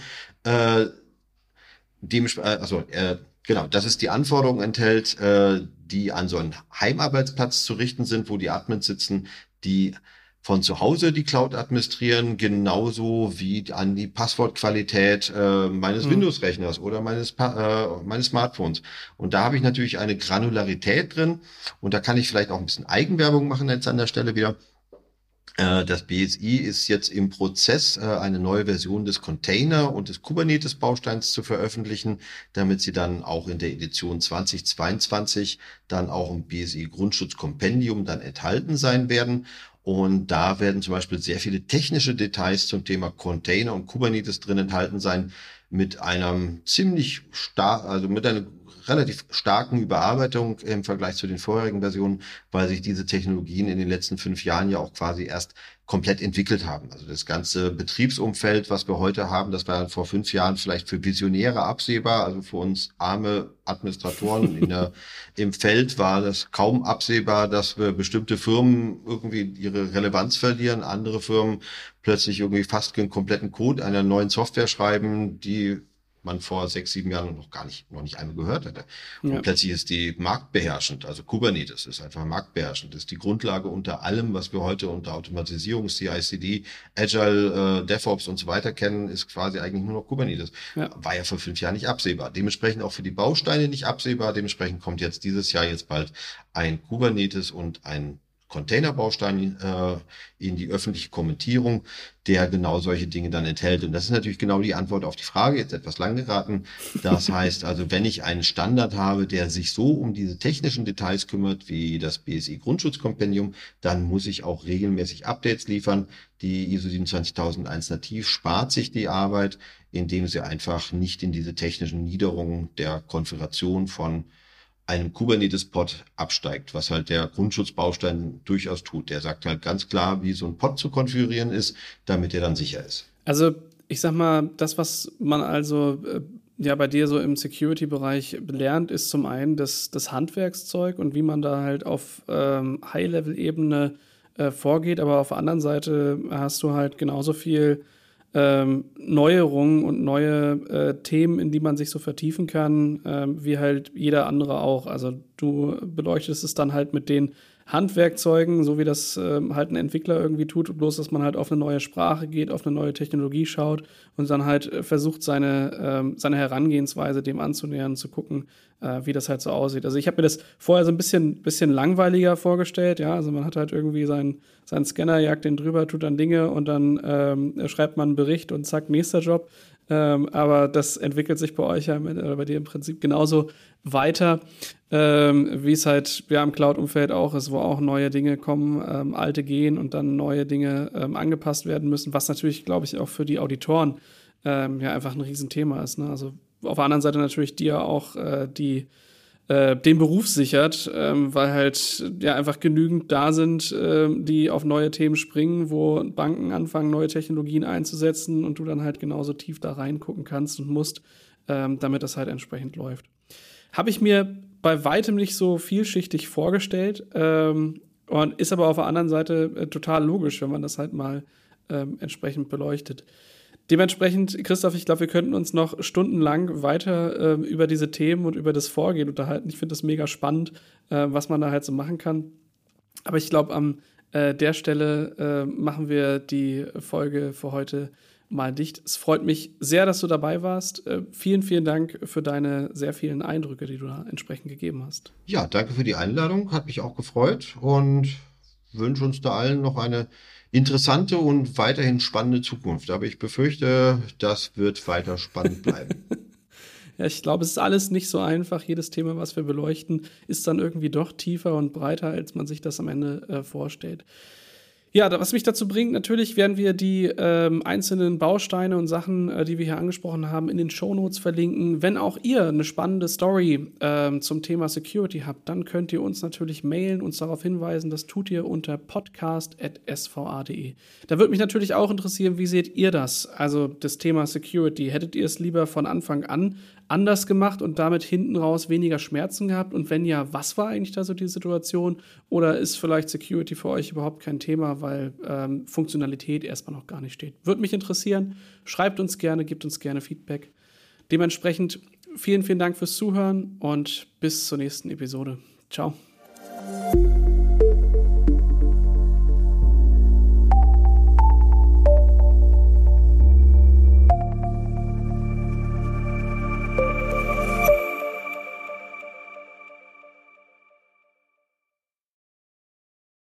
genau, dass es die Anforderungen enthält, die an so einen Heimarbeitsplatz zu richten sind, wo die Admins sitzen, die von zu Hause die Cloud administrieren, genauso wie an die Passwortqualität meines Windows-Rechners oder meines Smartphones. Und da habe ich natürlich eine Granularität drin und da kann ich vielleicht auch ein bisschen Eigenwerbung machen jetzt an der Stelle wieder. Das BSI ist jetzt im Prozess, eine neue Version des Container- und des Kubernetes-Bausteins zu veröffentlichen, damit sie dann auch in der Edition 2022 dann auch im BSI-Grundschutz-Kompendium dann enthalten sein werden. Und da werden zum Beispiel sehr viele technische Details zum Thema Container und Kubernetes drin enthalten sein, mit einem mit einer relativ starken Überarbeitung im Vergleich zu den vorherigen Versionen, weil sich diese Technologien in den letzten 5 Jahren ja auch quasi erst komplett entwickelt haben. Also das ganze Betriebsumfeld, was wir heute haben, das war vor 5 Jahren vielleicht für Visionäre absehbar. Also für uns arme Administratoren im Feld war das kaum absehbar, dass wir bestimmte Firmen irgendwie ihre Relevanz verlieren, andere Firmen plötzlich irgendwie fast den kompletten Code einer neuen Software schreiben, die man vor 6, 7 Jahren noch nicht einmal gehört hatte. Und plötzlich ist die marktbeherrschend. Also Kubernetes ist einfach marktbeherrschend. Das ist die Grundlage unter allem, was wir heute unter Automatisierung, CI/CD, Agile, DevOps und so weiter kennen, ist quasi eigentlich nur noch Kubernetes. War ja vor 5 Jahren nicht absehbar. Dementsprechend auch für die Bausteine nicht absehbar. Dementsprechend kommt jetzt dieses Jahr bald ein Kubernetes und ein Containerbaustein in die öffentliche Kommentierung, der genau solche Dinge dann enthält. Und das ist natürlich genau die Antwort auf die Frage, jetzt etwas lang geraten. Das heißt also, wenn ich einen Standard habe, der sich so um diese technischen Details kümmert, wie das BSI-Grundschutzkompendium, dann muss ich auch regelmäßig Updates liefern. Die ISO 27001 nativ spart sich die Arbeit, indem sie einfach nicht in diese technischen Niederungen der Konfiguration von einem Kubernetes-Pod absteigt, was halt der Grundschutzbaustein durchaus tut. Der sagt halt ganz klar, wie so ein Pod zu konfigurieren ist, damit er dann sicher ist. Also ich sag mal, das, was man also bei dir so im Security-Bereich lernt, ist zum einen das Handwerkszeug und wie man da halt auf High-Level-Ebene vorgeht, aber auf der anderen Seite hast du halt genauso viel Neuerungen und neue Themen, in die man sich so vertiefen kann, wie halt jeder andere auch. Also du beleuchtest es dann halt mit den Handwerkzeugen, so wie das halt ein Entwickler irgendwie tut, bloß dass man halt auf eine neue Sprache geht, auf eine neue Technologie schaut und dann halt versucht, seine Herangehensweise dem anzunähern, zu gucken, wie das halt so aussieht. Also ich habe mir das vorher so ein bisschen langweiliger vorgestellt, ja, also man hat halt irgendwie seinen Scanner, jagt den drüber, tut dann Dinge und dann schreibt man einen Bericht und zack, nächster Job. Aber das entwickelt sich bei euch ja bei dir im Prinzip genauso weiter, wie es halt im Cloud-Umfeld auch ist, wo auch neue Dinge kommen, alte gehen und dann neue Dinge angepasst werden müssen, was natürlich, glaube ich, auch für die Auditoren einfach ein Riesenthema ist. Ne? Also auf der anderen Seite natürlich dir auch den Beruf sichert, weil halt einfach genügend da sind, die auf neue Themen springen, wo Banken anfangen, neue Technologien einzusetzen und du dann halt genauso tief da reingucken kannst und musst, damit das halt entsprechend läuft. Habe ich mir bei weitem nicht so vielschichtig vorgestellt und ist aber auf der anderen Seite total logisch, wenn man das halt mal entsprechend beleuchtet. Dementsprechend, Christoph, ich glaube, wir könnten uns noch stundenlang weiter über diese Themen und über das Vorgehen unterhalten. Ich finde das mega spannend, was man da halt so machen kann. Aber ich glaube, an der Stelle machen wir die Folge für heute mal dicht. Es freut mich sehr, dass du dabei warst. Vielen, vielen Dank für deine sehr vielen Eindrücke, die du da entsprechend gegeben hast. Ja, danke für die Einladung. Hat mich auch gefreut und wünsche uns da allen noch eine interessante und weiterhin spannende Zukunft. Aber ich befürchte, das wird weiter spannend bleiben. Ja, ich glaube, es ist alles nicht so einfach. Jedes Thema, was wir beleuchten, ist dann irgendwie doch tiefer und breiter, als man sich das am Ende vorstellt. Ja, was mich dazu bringt, natürlich werden wir die einzelnen Bausteine und Sachen, die wir hier angesprochen haben, in den Shownotes verlinken. Wenn auch ihr eine spannende Story zum Thema Security habt, dann könnt ihr uns natürlich mailen, uns darauf hinweisen. Das tut ihr unter podcast@sva.de. Da würde mich natürlich auch interessieren, wie seht ihr das? Also das Thema Security. Hättet ihr es lieber von Anfang an anders gemacht und damit hinten raus weniger Schmerzen gehabt? Und wenn ja, was war eigentlich da so die Situation? Oder ist vielleicht Security für euch überhaupt kein Thema, weil Funktionalität erstmal noch gar nicht steht? Würde mich interessieren. Schreibt uns gerne, gebt uns gerne Feedback. Dementsprechend vielen, vielen Dank fürs Zuhören und bis zur nächsten Episode. Ciao.